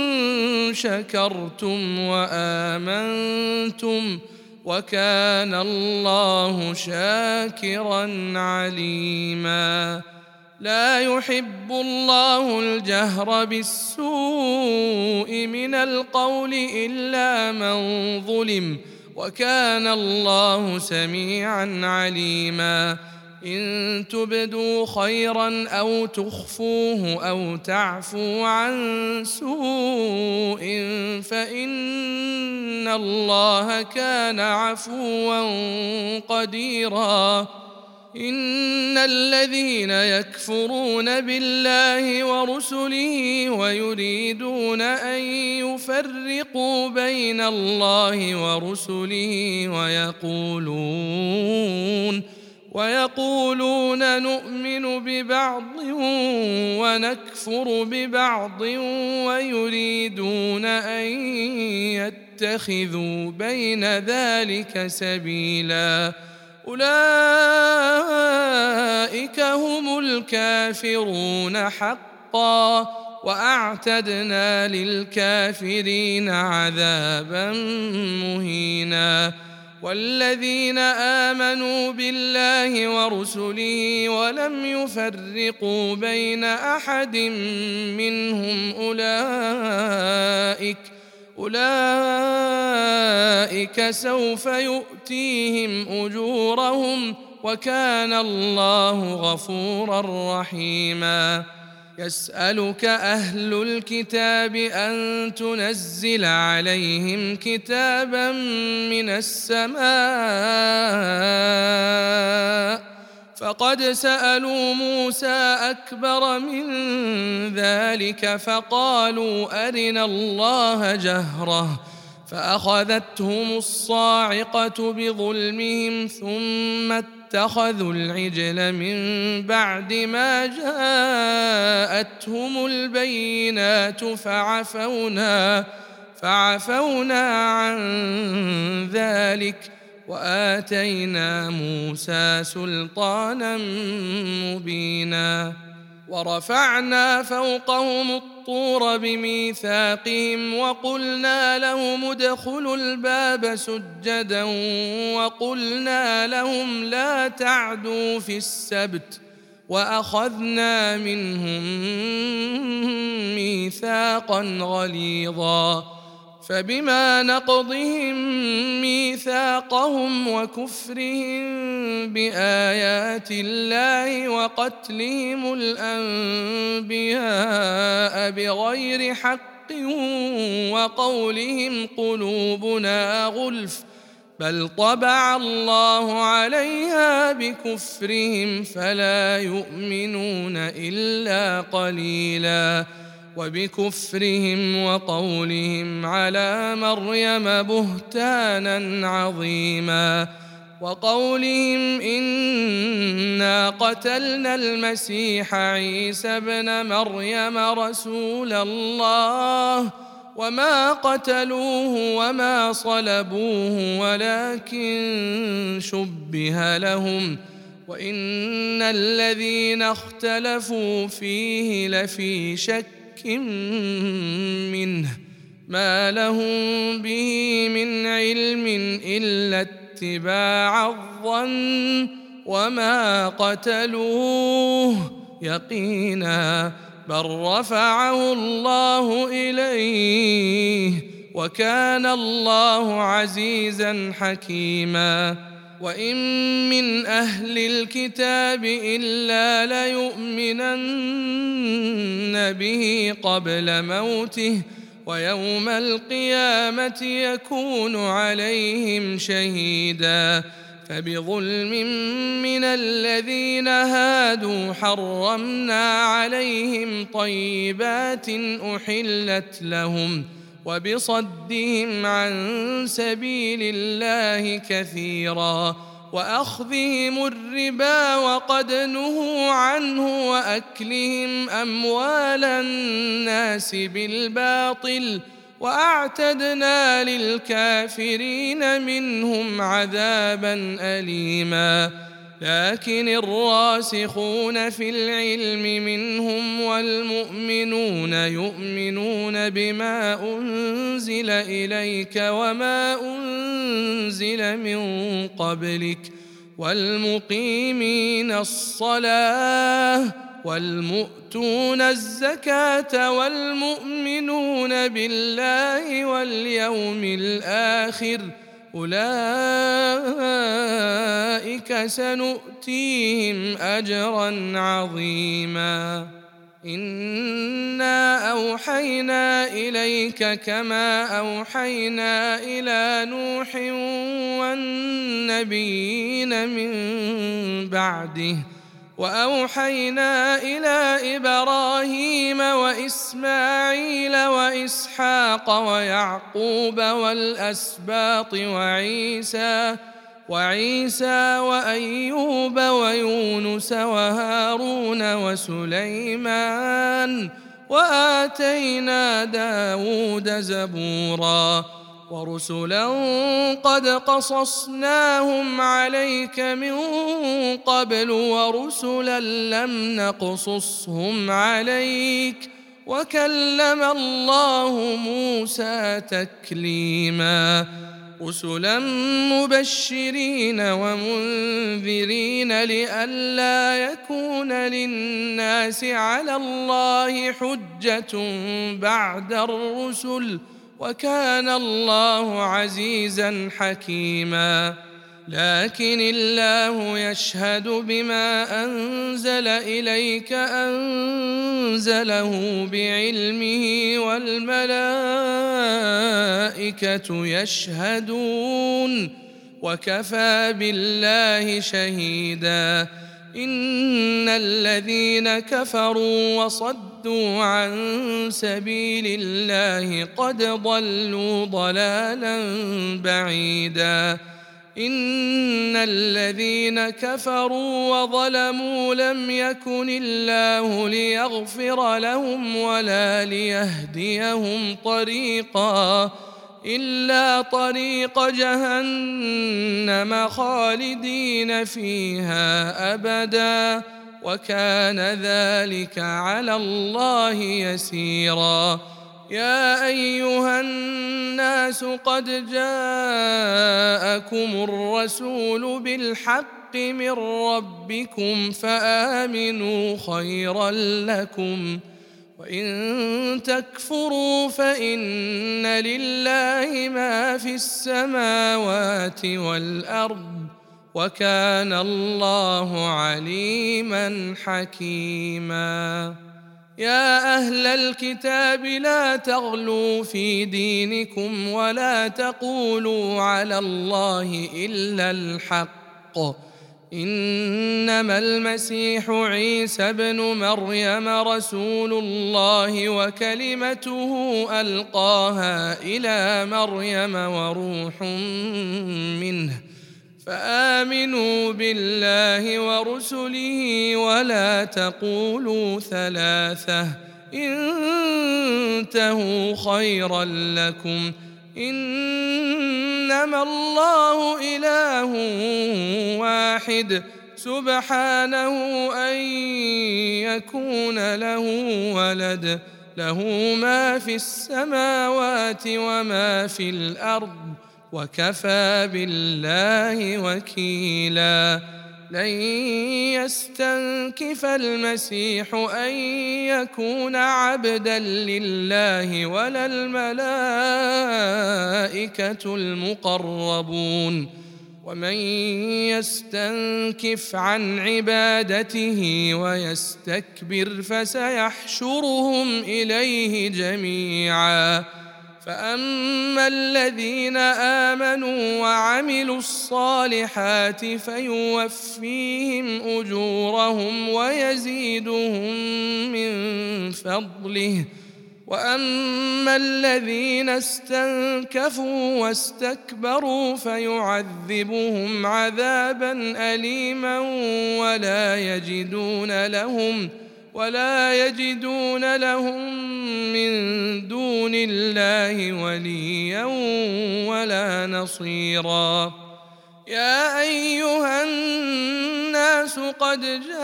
شكرتم وآمنتم وكان الله شاكرا عليما لا يحب الله الجهر بالسوء من القول إلا من ظلم وكان الله سميعا عليما إن تبدوا خيرا أو تخفوه أو تعفوا عن سوء فإن الله كان عفوا قديرا إن الذين يكفرون بالله ورسله ويريدون أن يفرقوا بين الله ورسله ويقولون ويقولون نؤمن ببعض ونكفر ببعض ويريدون أن يتخذوا بين ذلك سبيلا أولئك هم الكافرون حقا وأعتدنا للكافرين عذابا مهينا والذين آمنوا بالله ورسله ولم يفرقوا بين أحد منهم أولئك أولئك سوف يؤتيهم أجورهم وكان الله غفورا رحيما يسألك أهل الكتاب أن تنزل عليهم كتابا من السماء فقد سألوا موسى أكبر من ذلك فقالوا أرنا الله جهرة فأخذتهم الصاعقة بظلمهم ثم اتخذوا العجل من بعد ما جاءتهم البينات فعفونا فعفونا عن ذلك وآتينا موسى سلطانا مبينا ورفعنا فوقهم الطور بميثاقهم وقلنا لهم ادخلوا الباب سجدا وقلنا لهم لا تعدوا في السبت وأخذنا منهم ميثاقا غليظا فبما نقضهم ميثاقهم وكفرهم بآيات الله وقتلهم الأنبياء بغير حق وقولهم قلوبنا غلف بل طبع الله عليها بكفرهم فلا يؤمنون إلا قليلا وبكفرهم وقولهم على مريم بهتانا عظيما وقولهم إنا قتلنا المسيح عيسى ابن مريم رسول الله وما قتلوه وما صلبوه ولكن شبه لهم وإن الذين اختلفوا فيه لفي شك منه ما لهم به من علم إلا اتباع الظن وما قتلوه يقينا بل رفعه الله إليه وكان الله عزيزا حكيما وإن من أهل الكتاب إلا ليؤمنن به قبل موته ويوم القيامة يكون عليهم شهيدا فبظلم من الذين هادوا حرمنا عليهم طيبات أحلت لهم وبصدهم عن سبيل الله كثيرا وأخذهم الربا وقد نهوا عنه وأكلهم أموال الناس بالباطل وأعتدنا للكافرين منهم عذابا أليما لكن الراسخون في العلم منهم والمؤمنون يؤمنون بما أنزل إليك وما أنزل من قبلك والمقيمين الصلاة والمؤتون الزكاة والمؤمنون بالله واليوم الآخر أولئك سنؤتيهم أجرا عظيما إنا أوحينا إليك كما أوحينا إلى نوح والنبيين من بعده وأوحينا إلى إبراهيم وإسماعيل وإسحاق ويعقوب والأسباط وعيسى وعيسى وأيوب ويونس وهارون وسليمان وآتينا داود زبورا ورسلا قد قصصناهم عليك من قبل ورسلا لم نقصصهم عليك وكلم الله موسى تكليما رسلا مبشرين ومنذرين لئلا يكون للناس على الله حجة بعد الرسل وكان الله عزيزا حكيما لكن الله يشهد بما أنزل إليك أنزله بعلمه والملائكة يشهدون وكفى بالله شهيدا إن الذين كفروا وصدوا عن سبيل الله قد ضلوا ضلالا بعيدا إن الذين كفروا وظلموا لم يكن الله ليغفر لهم ولا ليهديهم طريقا إلا طريق جهنم خالدين فيها أبدا وكان ذلك على الله يسيرا. يا أيها الناس قد جاءكم الرسول بالحق من ربكم فآمنوا خيرا لكم، وإن تكفروا فإن لله ما في السماوات والأرض، وكان الله عليما حكيما. يا أهل الكتاب لا تغلوا في دينكم ولا تقولوا على الله إلا الحق، إنما المسيح عيسى ابن مريم رسول الله وكلمته ألقاها إلى مريم وروح منه، فآمنوا بالله ورسله ولا تقولوا ثلاثة، انتهوا خيرا لكم، إنما الله إله واحد سبحانه أن يكون له ولد، له ما في السماوات وما في الأرض، وكفى بالله وكيلا. لن يستنكف المسيح أن يكون عبدا لله ولا الملائكة المقربون، ومن يستنكف عن عبادته ويستكبر فسيحشرهم إليه جميعا. فأما الذين آمنوا وعملوا الصالحات فيوفيهم أجورهم ويزيدهم من فضله، وأما الذين استنكفوا واستكبروا فيعذبهم عذابا أليما ولا يجدون لهم ولا يجدون لهم من دون الله وليا ولا نصيرا. يا أيها الناس قد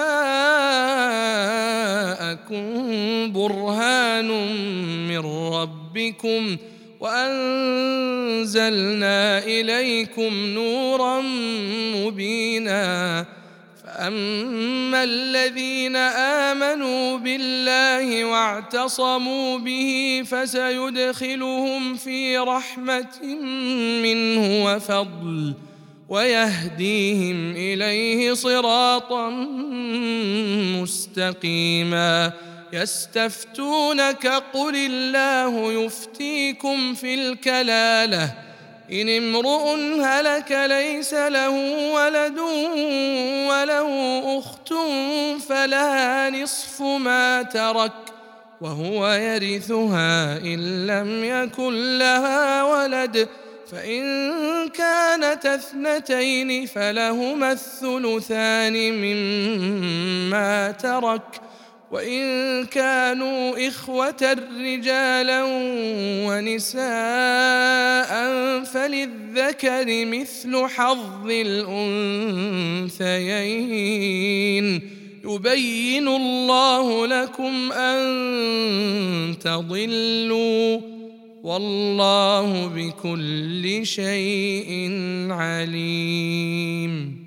جاءكم برهان من ربكم وأنزلنا إليكم نورا مبينا. فأما الذين آمنوا بالله واعتصموا به فسيدخلهم في رحمة منه وفضل ويهديهم إليه صراطا مستقيما. يستفتونك قل الله يفتيكم في الكلالة إن امرؤ هلك ليس له ولد وله أخت فلها نصف ما ترك وهو يرثها إن لم يكن لها ولد، فإن كانت اثنتين فلهما الثلثان مما ترك، وإن كانوا إخوة رجالا ونساء فللذكر مثل حظ الأنثيين، يبين الله لكم أن تضلوا، والله بكل شيء عليم.